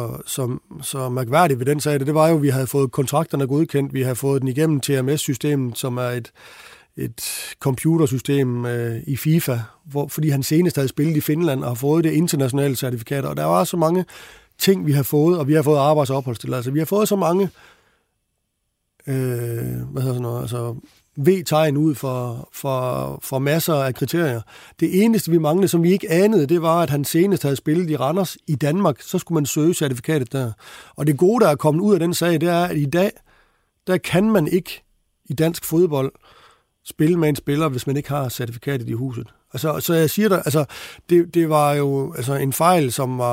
så mærkværdigt ved den sag, det var jo, at vi havde fået kontrakterne godkendt. Vi havde fået den igennem TMS-systemet, som er et computersystem i FIFA, fordi han senest havde spillet i Finland og har fået det internationale certifikat. Og der var så mange ting, vi har fået, og vi har fået arbejds- og opholdstilladelse. Vi har fået så mange altså V-tegn ud for masser af kriterier. Det eneste, vi manglede, som vi ikke anede, det var, at han senest havde spillet i Randers i Danmark. Så skulle man søge certifikatet der. Og det gode, der er kommet ud af den sag, det er, at i dag, der kan man ikke i dansk fodbold spille med en spiller, hvis man ikke har certifikatet i huset. Altså, så jeg siger dig, altså, det var jo altså en fejl,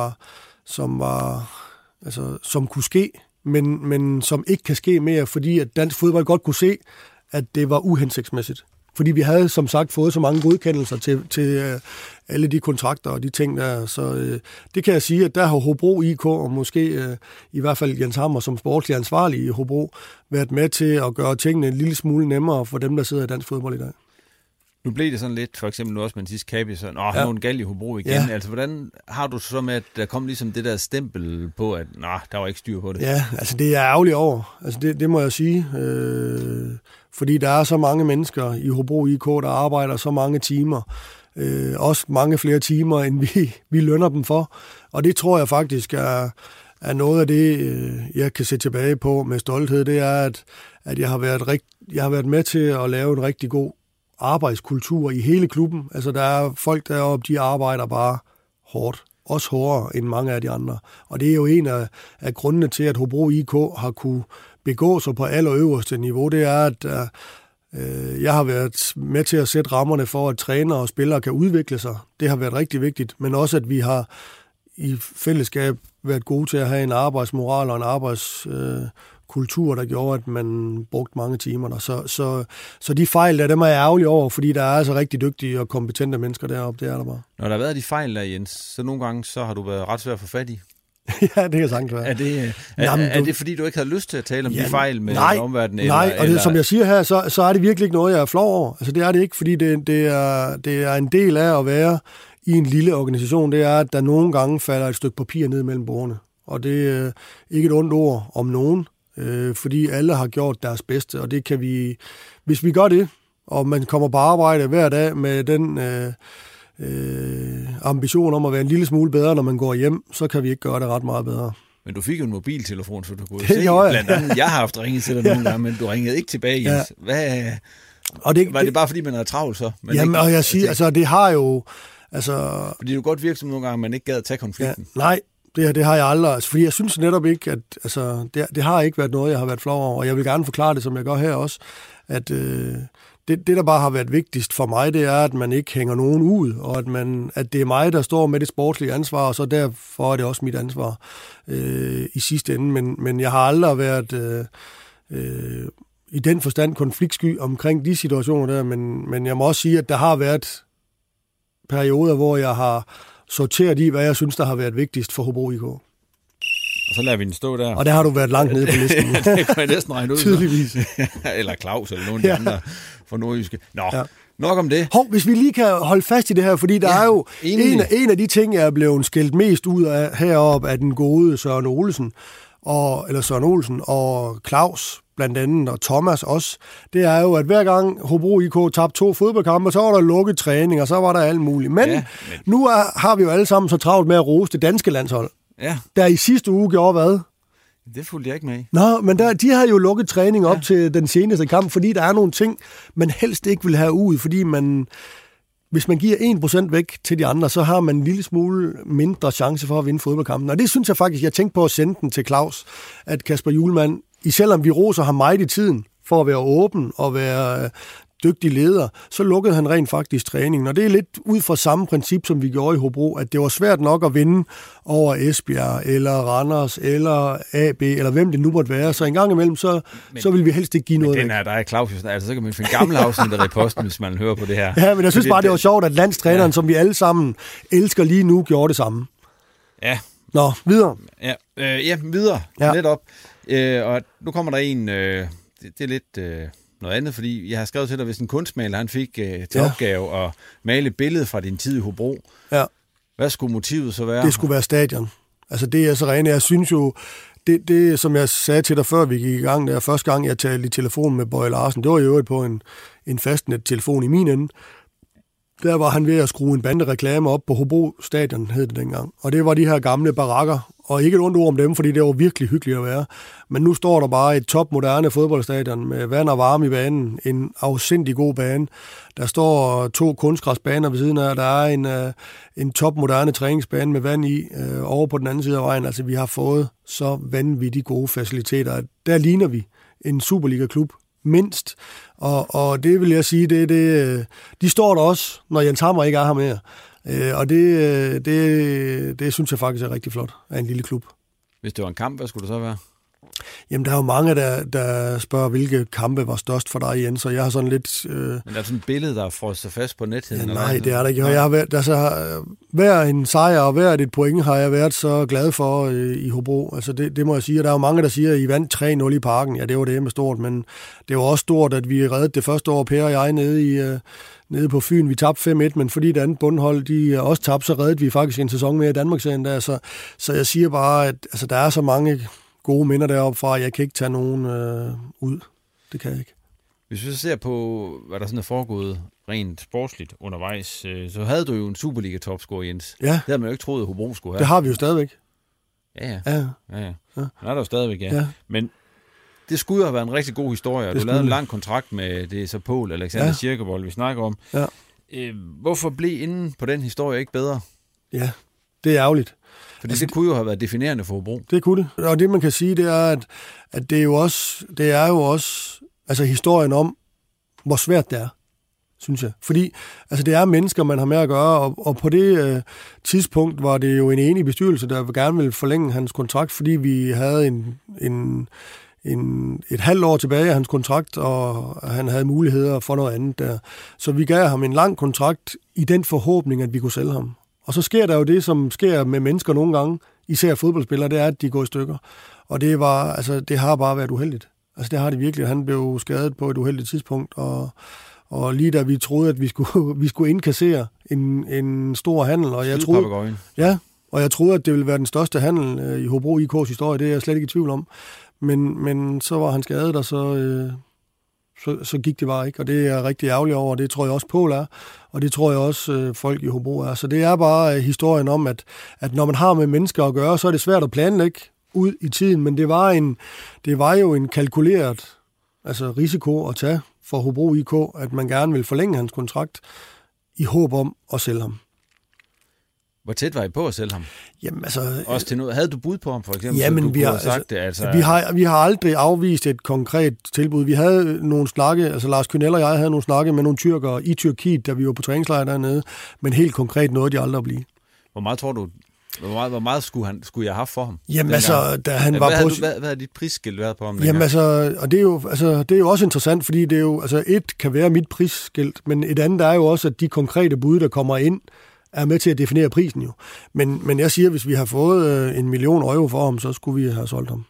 som kunne ske, men som ikke kan ske mere, fordi at dansk fodbold godt kunne se, at det var uhensigtsmæssigt. Fordi vi havde, som sagt, fået så mange godkendelser til alle de kontrakter og de ting der. Så det kan jeg sige, at der har Hobro IK, og måske i hvert fald Jens Hammer som sportslig ansvarlig i Hobro, været med til at gøre tingene en lille smule nemmere for dem, der sidder i dansk fodbold i dag. Nu blev det sådan lidt, for eksempel nu også med den sidste Kabi, så han var en gal i Hobro igen. Ja. Altså, hvordan har du så med, at der kom ligesom det der stempel på, at der var ikke styr på det? Ja, altså det er ærgerligt over. Altså det må jeg sige. Fordi der er så mange mennesker i Hobro IK, der arbejder så mange timer. Også mange flere timer, end vi lønner dem for. Og det tror jeg faktisk er noget af det, jeg kan se tilbage på med stolthed. Det er, at jeg har været med til at lave en rigtig god arbejdskultur i hele klubben. Altså der er folk deroppe, de arbejder bare hårdt. Også hårdere end mange af de andre. Og det er jo en af grundene til, at Hobro IK har kunne begå sig på allerøverste niveau. Det er, at jeg har været med til at sætte rammerne for, at trænere og spillere kan udvikle sig. Det har været rigtig vigtigt. Men også, at vi har i fællesskab været gode til at have en arbejdsmoral og en arbejdskultur, kultur, der gjorde, at man brugte mange timer der. Så de fejl der, dem er jeg ærgerlig over, fordi der er altså rigtig dygtige og kompetente mennesker deroppe, det er der bare. Når der har været de fejl der, Jens, så nogle gange så har du været ret svær at få fat i. Ja, det kan sagtens være. Er det fordi, du ikke havde lyst til at tale om de fejl med omverdenen? Nej, og det, som jeg siger her, så er det virkelig ikke noget, jeg er flov over. Altså det er det ikke, fordi det er en del af at være i en lille organisation. Det er, at der nogle gange falder et stykke papir ned mellem bordene. Og det er ikke et ondt ord om nogen, fordi alle har gjort deres bedste. Og det kan vi, hvis vi gør det, og man kommer på arbejde hver dag med den ambition om at være en lille smule bedre, når man går hjem, så kan vi ikke gøre det ret meget bedre. Men du fik jo en mobiltelefon, så du kunne se. Blandt andet, jeg har haft ringet til dig nogle gange, men du ringede ikke tilbage, Jens. Ja. Var det bare fordi, man havde travlt så? Jamen, og jeg siger, altså det har jo... Fordi du godt virker som nogle gange, man ikke gad at tage konflikten. Ja, nej, det har jeg aldrig. Altså, fordi jeg synes netop ikke, at det har ikke været noget, jeg har været flov over. Og jeg vil gerne forklare det, som jeg gør her også, at det, der bare har været vigtigst for mig, det er, at man ikke hænger nogen ud, og at det er mig, der står med det sportslige ansvar, og så derfor er det også mit ansvar i sidste ende. Men jeg har aldrig været i den forstand konfliktsky omkring de situationer der, men jeg må også sige, at der har været perioder, hvor jeg har sorteret i, hvad jeg synes, der har været vigtigst for Hobro IK. Og så lader vi den stå der. Og der har du været langt nede på listen. Det kan jeg næsten regne ud. Tydeligvis. Eller Claus, eller nogen af de andre fra Nordjyske. Nok om det. Hvis vi lige kan holde fast i det her, fordi der er jo en af de ting, jeg er blevet skældt mest ud af heroppe, af den gode Søren Olsen og Claus blandt andet, og Thomas også, det er jo, at hver gang Hobro IK tabte 2 fodboldkampe, så var der lukket træning, og så var der alt muligt. Men nu har vi jo alle sammen så travlt med at rose det danske landshold. Ja. Der i sidste uge gjorde hvad? Det fulgte jeg ikke med i. Nå, men de havde jo lukket træning op til den seneste kamp, fordi der er nogle ting, man helst ikke vil have ud, fordi hvis man giver 1% væk til de andre, så har man en lille smule mindre chance for at vinde fodboldkampen. Og det synes jeg faktisk, jeg tænkte på at sende den til Claus, at Kasper Hjulmand, selvom vi roser ham meget i tiden for at være åben og være dygtig leder, så lukkede han rent faktisk træningen. Og det er lidt ud fra samme princip, som vi gjorde i Hobro, at det var svært nok at vinde over Esbjerg, eller Randers, eller AB, eller hvem det nu måtte være. Så en gang imellem, så vil vi helst ikke give noget. Men den her, der er Claus, altså så kan man finde gamle afsnit af Reposten, hvis man hører på det her. Ja, men jeg synes bare, det var sjovt, at landstræneren, som vi alle sammen elsker lige nu, gjorde det samme. Ja. Nå, videre. Ja, videre. Ja. Lidt op. Og nu kommer der en, det er lidt noget andet, fordi jeg har skrevet til dig, hvis en kunstmaler, han fik til opgave at male et billede fra din tid i Hobro. Ja. Hvad skulle motivet så være? Det skulle være stadion. Altså det er så rent. Jeg synes jo, det som jeg sagde til dig før vi gik i gang, der første gang jeg talte i telefon med Bøje Larsen, det var jo på en fastnet-telefon i min ende. Der var han ved at skrue en bandereklame op på Hobro Stadion, hed det dengang. Og det var de her gamle barakker, og ikke et ondt ord om dem, fordi det var virkelig hyggeligt at være. Men nu står der bare et topmoderne fodboldstadion med vand og varme i banen. En afsindig god bane. Der står 2 kunstgræsbaner ved siden af. Der er en topmoderne træningsbane med vand i over på den anden side af vejen. Altså, vi har fået så vanvittigt gode faciliteter. Der ligner vi en Superliga-klub mindst. Og det vil jeg sige, de står der også, når Jens Hammer ikke er her mere. Og det synes jeg faktisk er rigtig flot af en lille klub. Hvis det var en kamp, hvad skulle det så være? Jamen, der er jo mange, der spørger, hvilke kampe var størst for dig, Jens, og jeg har sådan lidt... Men der er sådan et billede, der er frosset fast på netheden? Ja, nej, det er der ikke. Jeg har været, hver en sejr og hver et point har jeg været så glad for i Hobro. Altså, det må jeg sige. Og der er jo mange, der siger, at I vandt 3-0 i parken. Ja, det var det med stort, men det var også stort, at vi reddede det første år, Per og jeg, nede på Fyn. Vi tabte 5-1, men fordi det andet bundhold, de også tabte, så reddede vi faktisk en sæson mere i Danmarksserien der. Så jeg siger bare, at altså, der er så mange gode minder deroppe fra, jeg kan ikke tage nogen ud. Det kan jeg ikke. Hvis vi så ser på, hvad der sådan er foregået rent sportsligt undervejs, så havde du jo en Superliga-topscorer, Jens. Ja. Det havde man jo ikke troet, at Hobro skulle have. Det har vi jo stadigvæk. Ja. Han er der jo stadigvæk, ja. Men det skulle jo have været en rigtig god historie, og du lavede en lang kontrakt med det så Poul Alexander Kirkevold, vi snakker om. Ja. Hvorfor blev inden på den historie ikke bedre? Ja, det er ærgerligt. Fordi det kunne jo have været definerende for Hobro. Det kunne det. Og det, man kan sige, det er, at det er jo også altså historien om, hvor svært det er, synes jeg. Fordi altså, det er mennesker, man har med at gøre, og på det tidspunkt var det jo en enig bestyrelse, der gerne ville forlænge hans kontrakt, fordi vi havde et halvt år tilbage af hans kontrakt, og han havde muligheder for noget andet der. Så vi gav ham en lang kontrakt i den forhåbning, at vi kunne sælge ham. Og så sker der jo det, som sker med mennesker nogle gange, især fodboldspillere, det er, at de går i stykker. Og det har bare været uheldigt. Altså det har det virkelig. Han blev skadet på et uheldigt tidspunkt, og lige da vi troede, at vi skulle indkassere en stor handel, og jeg troede, at det ville være den største handel i Hobro IK's historie, det er jeg slet ikke i tvivl om. Men så var han skadet, og så gik det bare ikke, og det er jeg rigtig ærgerlig over, og det tror jeg også Poul er, og det tror jeg også folk i Hobro er. Så det er bare historien om, at når man har med mennesker at gøre, så er det svært at planlægge ud i tiden, men det var jo en kalkuleret risiko at tage for Hobro IK, at man gerne vil forlænge hans kontrakt i håb om at sælge ham. Hvor tæt var I på at sælge ham? Jamen, også til noget. Havde du bud på ham, for eksempel? Jamen, vi har aldrig afvist et konkret tilbud. Vi havde nogle snakke, Lars Kynell og jeg havde nogle snakke med nogle tyrkere i Tyrkiet, da vi var på træningslejr dernede, men helt konkret nåede de aldrig at blive. Hvor meget tror du, hvor meget skulle jeg have haft for ham? Jamen da han var på... Hvad havde dit prisskilt været på ham? Jamen og det er jo også interessant, fordi det er jo, et kan være mit prisskilt, men et andet er jo også, at de konkrete bud, der kommer ind, er med til at definere prisen jo. Men jeg siger, hvis vi har fået 1 million euro for ham, så skulle vi have solgt ham.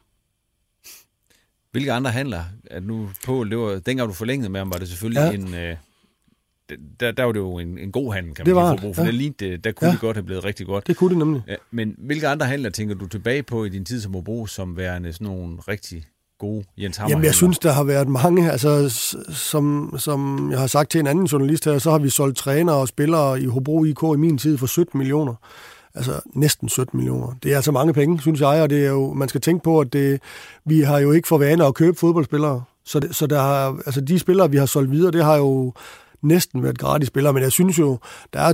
Hvilke andre handler? At nu på, dengang du forlængede med ham, var det selvfølgelig der var det jo en god handel, kan man sige, for der kunne det godt have blevet rigtig godt. Det kunne det nemlig. Ja, men hvilke andre handler tænker du tilbage på i din tid som Hobro, som værende sådan nogle rigtig gode Jens Hammer? Jamen, jeg synes, der har været mange, som jeg har sagt til en anden journalist her, så har vi solgt trænere og spillere i Hobro IK i min tid for 17 millioner. Altså næsten 17 millioner. Det er altså mange penge, synes jeg, og det er jo, man skal tænke på, at vi har jo ikke for vane at købe fodboldspillere. Så der har, de spillere, vi har solgt videre, det har jo næsten været gratis spillere, men jeg synes jo, der er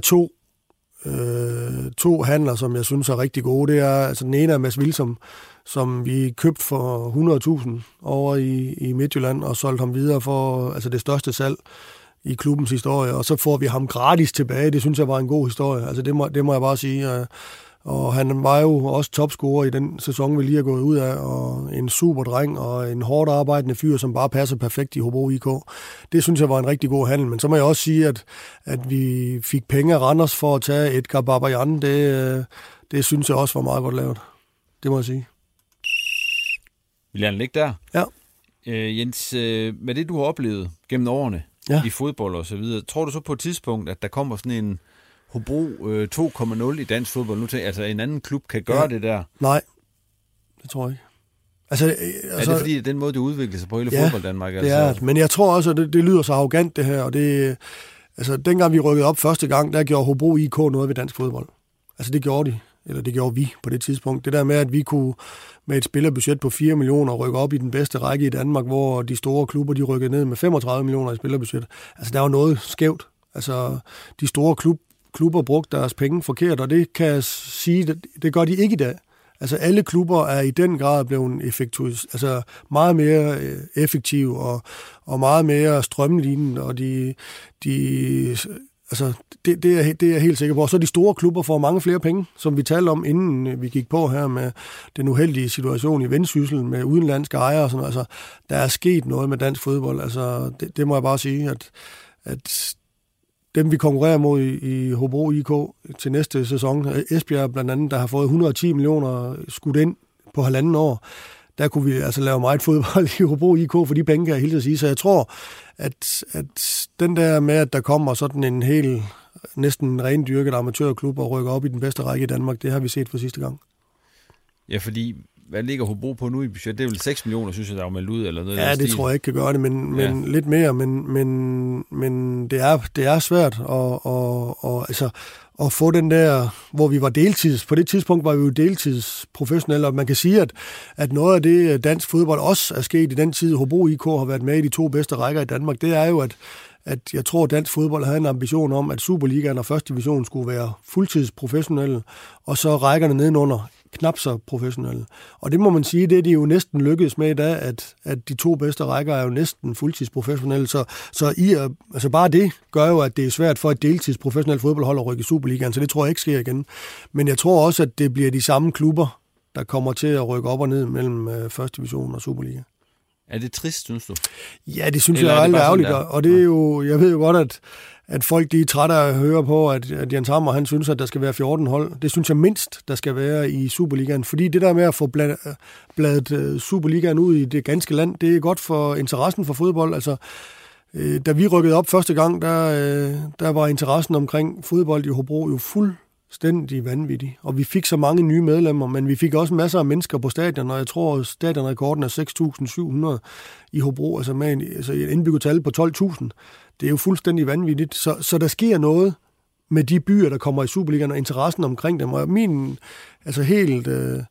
to handler, som jeg synes er rigtig gode. Det er den ene af Mads Wilsom, som vi købte for 100.000 over i Midtjylland og solgte ham videre for det største salg i klubbens historie, og så får vi ham gratis tilbage. Det synes jeg var en god historie. Det må jeg bare sige. Og han var jo også topscorer i den sæson, vi lige er gået ud af, og en super dreng og en hårdt arbejdende fyr, som bare passer perfekt i Hobro IK. Det synes jeg var en rigtig god handel. Men så må jeg også sige, at vi fik penge af Randers for at tage Edgar Babayan. Det synes jeg også var meget godt lavet. Det må jeg sige. Vil jeg ligge der? Ja. Jens, med det, du har oplevet gennem årene i fodbold og så videre, tror du så på et tidspunkt, at der kommer sådan en Hobro 2.0 i dansk fodbold nu til, en anden klub kan gøre det der? Nej, det tror jeg ikke. Er det fordi, den måde, det udvikler sig på hele fodbold Danmark? Det er, men jeg tror også, at det lyder så arrogant det her, og det, dengang vi rykkede op første gang, der gjorde Hobro IK noget ved dansk fodbold. Det gjorde de, eller det gjorde vi på det tidspunkt. Det der med, at vi kunne med et spillerbudget på 4 millioner rykke op i den bedste række i Danmark, hvor de store klubber, de rykkede ned med 35 millioner i spillerbudget. Der var noget skævt. De store klubber brugte deres penge forkert, og det kan jeg sige, det gør de ikke i dag. Alle klubber er i den grad blevet meget mere effektive og meget mere strømlignende, og det er jeg helt sikker på. Så de store klubber får mange flere penge, som vi talte om, inden vi gik på her med den uheldige situation i Vendsyssel med udenlandske ejere og sådan noget. Der er sket noget med dansk fodbold. Det må jeg bare sige, at dem, vi konkurrerer mod i Hobro IK til næste sæson, Esbjerg blandt andet, der har fået 110 millioner skudt ind på 1,5 år, der kunne vi lave meget fodbold i Hobro IK for de penge, kan jeg helt sige. Så jeg tror, at den der med, at der kommer sådan en helt næsten rendyrket amatørklub og rykker op i den bedste række i Danmark, det har vi set for sidste gang. Ja, fordi hvad ligger Hobro på nu i budget? Det er vel 6 millioner, synes jeg, der er meldt ud, eller noget? Ja, det tror jeg ikke kan gøre det, men lidt mere, men det er svært at få den der, hvor vi var deltids. På det tidspunkt var vi jo deltidsprofessionelle, og man kan sige, at noget af det dansk fodbold også er sket i den tid, Hobro IK har været med i de 2 bedste rækker i Danmark, det er jo, at jeg tror, at dansk fodbold havde en ambition om, at Superligaen og første division skulle være fuldtidsprofessionelle, og så rækkerne nedenunder knap så professionelle. Og det må man sige, det er de jo næsten lykkedes med i dag, at de 2 bedste rækker er jo næsten fuldtidsprofessionelle. Så bare det gør jo, at det er svært for et deltidsprofessionelt fodboldhold at rykke i Superligaen, så det tror jeg ikke sker igen. Men jeg tror også, at det bliver de samme klubber, der kommer til at rykke op og ned mellem første division og Superliga. Er det trist, synes du? Ja, det synes jeg er aldrig ærgerligt, og det er jo, jeg ved jo godt, at folk de er trætte af at høre på, at Jens Hammer, han synes, at der skal være 14 hold. Det synes jeg mindst, der skal være i Superligaen, fordi det der med at få bladet Superligaen ud i det ganske land, det er godt for interessen for fodbold. Altså, da vi rykkede op første gang, der var interessen omkring fodbold i Hobro jo fuldstændig vanvittig. Og vi fik så mange nye medlemmer, men vi fik også masser af mennesker på stadion, og jeg tror, stadionrekorden er 6.700 i Hobro, altså med et indbyggertal på 12.000. Det er jo fuldstændig vanvittigt. Så der sker noget med de byer, der kommer i Superligaen, og interessen omkring dem. Og min helt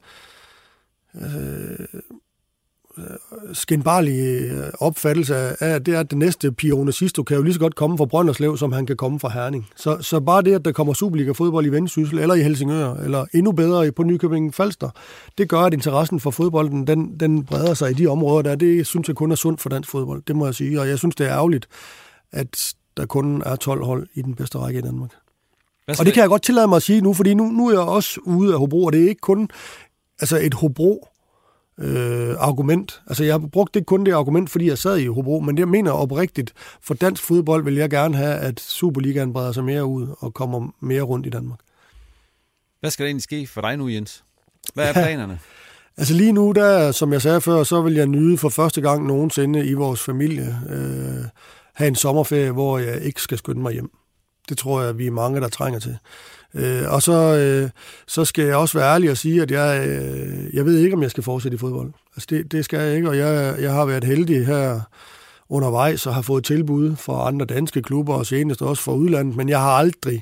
skinbarlige opfattelse af, det er, at det næste Pione Sisto kan jo lige så godt komme fra Brønderslev, som han kan komme fra Herning. Så bare det, at der kommer Superliga-fodbold i Vendsyssel, eller i Helsingør, eller endnu bedre på Nykøbing Falster, det gør, at interessen for fodbolden, den breder sig i de områder der. Det synes jeg kun er sundt for dansk fodbold, det må jeg sige. Og jeg synes, det er ærgerligt, at der kun er 12 hold i den bedste række i Danmark. Og det kan jeg godt tillade mig at sige nu, fordi nu er jeg også ude af Hobro, og det er ikke kun et Hobro argument. Altså, jeg brugte ikke kun det argument, fordi jeg sad i Hobro, men det mener jeg oprigtigt. For dansk fodbold vil jeg gerne have, at Superligaen breder sig mere ud og kommer mere rundt i Danmark. Hvad skal der egentlig ske for dig nu, Jens? Hvad er planerne? Altså lige nu, der, som jeg sagde før, så vil jeg nyde for første gang nogensinde i vores familie have en sommerferie, hvor jeg ikke skal skynde mig hjem. Det tror jeg, vi er mange, der trænger til. Og så skal jeg også være ærlig og sige, at jeg ved ikke, om jeg skal fortsætte i fodbold. Altså det skal jeg ikke, og jeg har været heldig her undervejs og har fået tilbud fra andre danske klubber og senest også fra udlandet, men jeg har aldrig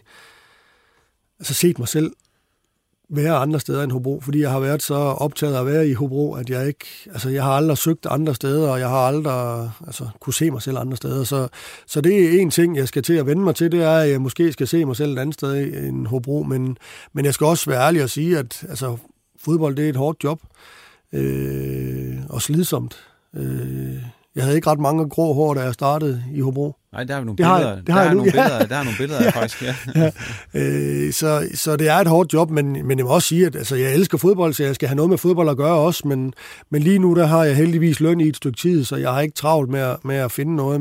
set mig selv være andre steder end Hobro, fordi jeg har været så optaget af at være i Hobro, at jeg har aldrig søgt andre steder, og jeg har aldrig kunne se mig selv andre steder. Så det er en ting, jeg skal til at vende mig til, det er, at jeg måske skal se mig selv et andet sted end Hobro, men jeg skal også være ærlig og sige, at fodbold, det er et hårdt job, og slidsomt. Jeg havde ikke ret mange grå hår, da jeg startede i Hobro. Nej, der har vi nogle billeder. Der har nogle billeder, faktisk. Ja. Så det er et hårdt job, men jeg må også sige, at jeg elsker fodbold, så jeg skal have noget med fodbold at gøre også, men lige nu, der har jeg heldigvis løn i et stykke tid, så jeg har ikke travlt med at finde noget,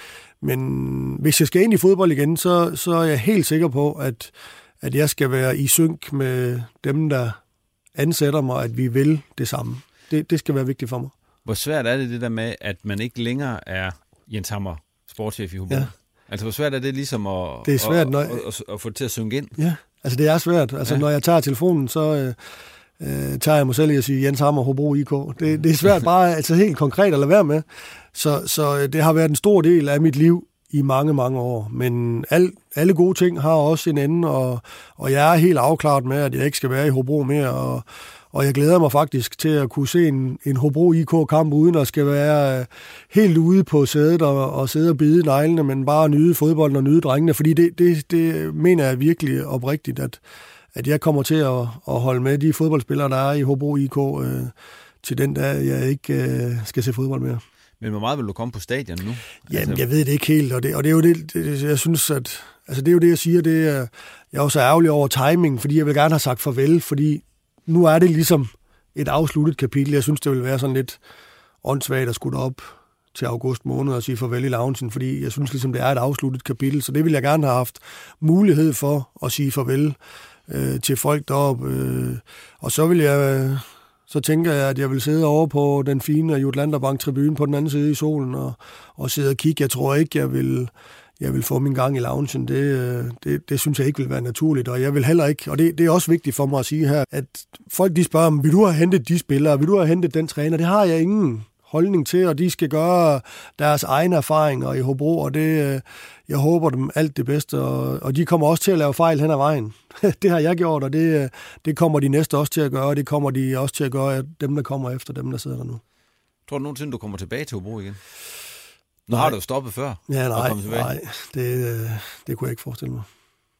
men hvis jeg skal ind i fodbold igen, så er jeg helt sikker på, at jeg skal være i synk med dem, der ansætter mig, at vi vil det samme. Det skal være vigtigt for mig. Hvor svært er det der med, at man ikke længere er Jens Hammer, sportschef i Hobro? Ja. Altså, hvor svært er det ligesom at få det til at synge ind? Ja, det er svært. Når jeg tager telefonen, så tager jeg mig selv i at sige Jens Hammer, Hobro IK. Det er svært bare helt konkret at lade være med. Så det har været en stor del af mit liv i mange, mange år. Men alle gode ting har også en ende, og jeg er helt afklaret med, at jeg ikke skal være i Hobro mere, og jeg glæder mig faktisk til at kunne se en Hobro IK-kamp, uden at skal være helt ude på sædet og sidde og bide neglene, men bare nyde fodbolden og nyde drengene, fordi det mener jeg virkelig oprigtigt, at jeg kommer til at holde med de fodboldspillere, der er i Hobro IK, til den dag, jeg ikke skal se fodbold mere. Men hvor meget vil du komme på stadion nu? Jamen, jeg ved det ikke helt, og det er jo det, jeg synes, at det er jo det, jeg siger, jeg er også ærgerlig over timing, fordi jeg vil gerne have sagt farvel, fordi nu er det ligesom et afsluttet kapitel. Jeg synes, det vil være sådan lidt åndssvagt at skulle op til august måned og sige farvel i loungen, fordi jeg synes ligesom, det er et afsluttet kapitel, så det vil jeg gerne have haft mulighed for at sige farvel til folk deroppe. Og så tænker jeg, at jeg vil sidde over på den fine Jutlanderbank-tribune på den anden side i solen og sidde og kigge. Jeg tror ikke, jeg vil få min gang i loungen. Det synes jeg ikke vil være naturligt, og jeg vil heller ikke, og det er også vigtigt for mig at sige her, at folk de spørger, vil du have hentet de spillere, vil du have hentet den træner? Det har jeg ingen holdning til, og de skal gøre deres egne erfaringer i Hobro, og jeg håber dem alt det bedste, og de kommer også til at lave fejl hen ad vejen. Det har jeg gjort, og det kommer de næste også til at gøre, og det kommer de også til at gøre, dem der kommer efter dem, der sidder der nu. Tror du nogensinde, du kommer tilbage til Hobro igen? Nu har du jo stoppet før. Ja, nej, det kunne jeg ikke forestille mig.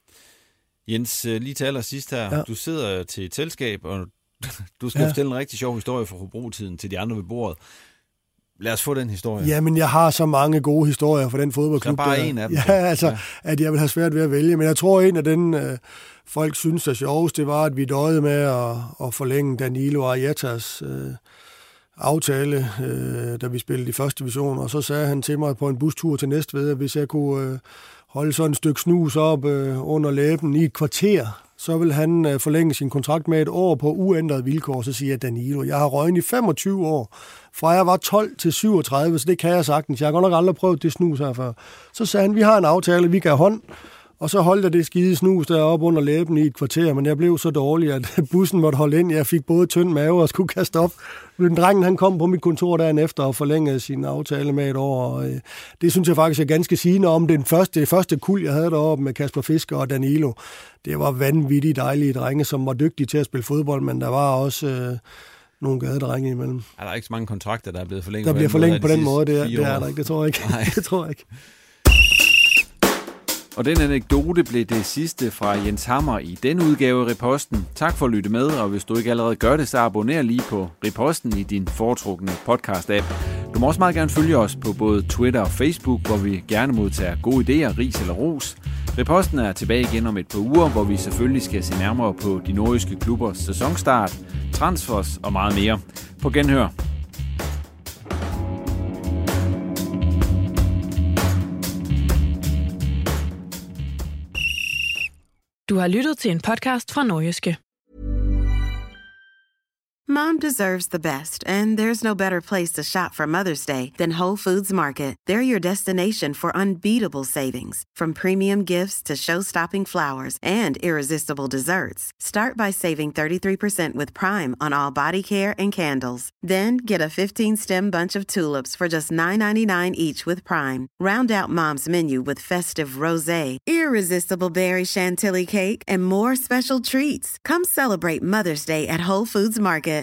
Jens, lige til allersidst her. Ja. Du sidder til et selskab, og du skal fortælle en rigtig sjov historie fra Hobro-tiden til de andre ved bordet. Lad os få den historie. Jamen, jeg har så mange gode historier fra den fodboldklub. Så bare en af dem. Ja, at jeg vil have svært ved at vælge. Men jeg tror, en af den folk synes er sjovest, det var, at vi døjede med at forlænge Danilo Arietas aftale, da vi spillede i første division, og så sagde han til mig på en bustur til Næstved, at hvis jeg kunne holde sådan et stykke snus op under læben i et kvarter, så vil han forlænge sin kontrakt med 1 år på uændrede vilkår. Så siger jeg, Danilo, jeg har røget i 25 år, fra jeg var 12 til 37, så det kan jeg sagtens. Jeg har godt nok aldrig prøvet det snus her før. Så sagde han, vi har en aftale, vi kan hånd, og så holdt jeg det skide snus deroppe under læben i et kvarter, men jeg blev så dårlig, at bussen måtte holde ind. Jeg fik både tynd mave og skulle kaste op. Men drengen, han kom på mit kontor dagen efter og forlængede sin aftale med 1 år. Og det synes jeg faktisk er ganske sigende om det første kuld, jeg havde deroppe med Kasper Fisker og Danilo. Det var vanvittigt dejlige drenge, som var dygtige til at spille fodbold, men der var også nogle gadedrenge imellem. Er der ikke så mange kontrakter, der er blevet forlænget? Der bliver forlænget på den måde, det er der ikke. Det tror jeg ikke. Det tror jeg ikke. Og den anekdote blev det sidste fra Jens Hammer i denne udgave af Riposten. Tak for at lytte med, og hvis du ikke allerede gør det, så abonner lige på Riposten i din foretrukne podcast-app. Du må også meget gerne følge os på både Twitter og Facebook, hvor vi gerne modtager gode idéer, ris eller ros. Riposten er tilbage igen om et par uger, hvor vi selvfølgelig skal se nærmere på de nordjyske klubbers sæsonstart, transfers og meget mere. På genhør. Du har lyttet til en podcast fra Nordjyske. Mom deserves the best, and there's no better place to shop for Mother's Day than Whole Foods Market. They're your destination for unbeatable savings, from premium gifts to show-stopping flowers and irresistible desserts. Start by saving 33% with Prime on all body care and candles. Then get a 15-stem bunch of tulips for just $9.99 each with Prime. Round out Mom's menu with festive rosé, irresistible berry chantilly cake, and more special treats. Come celebrate Mother's Day at Whole Foods Market.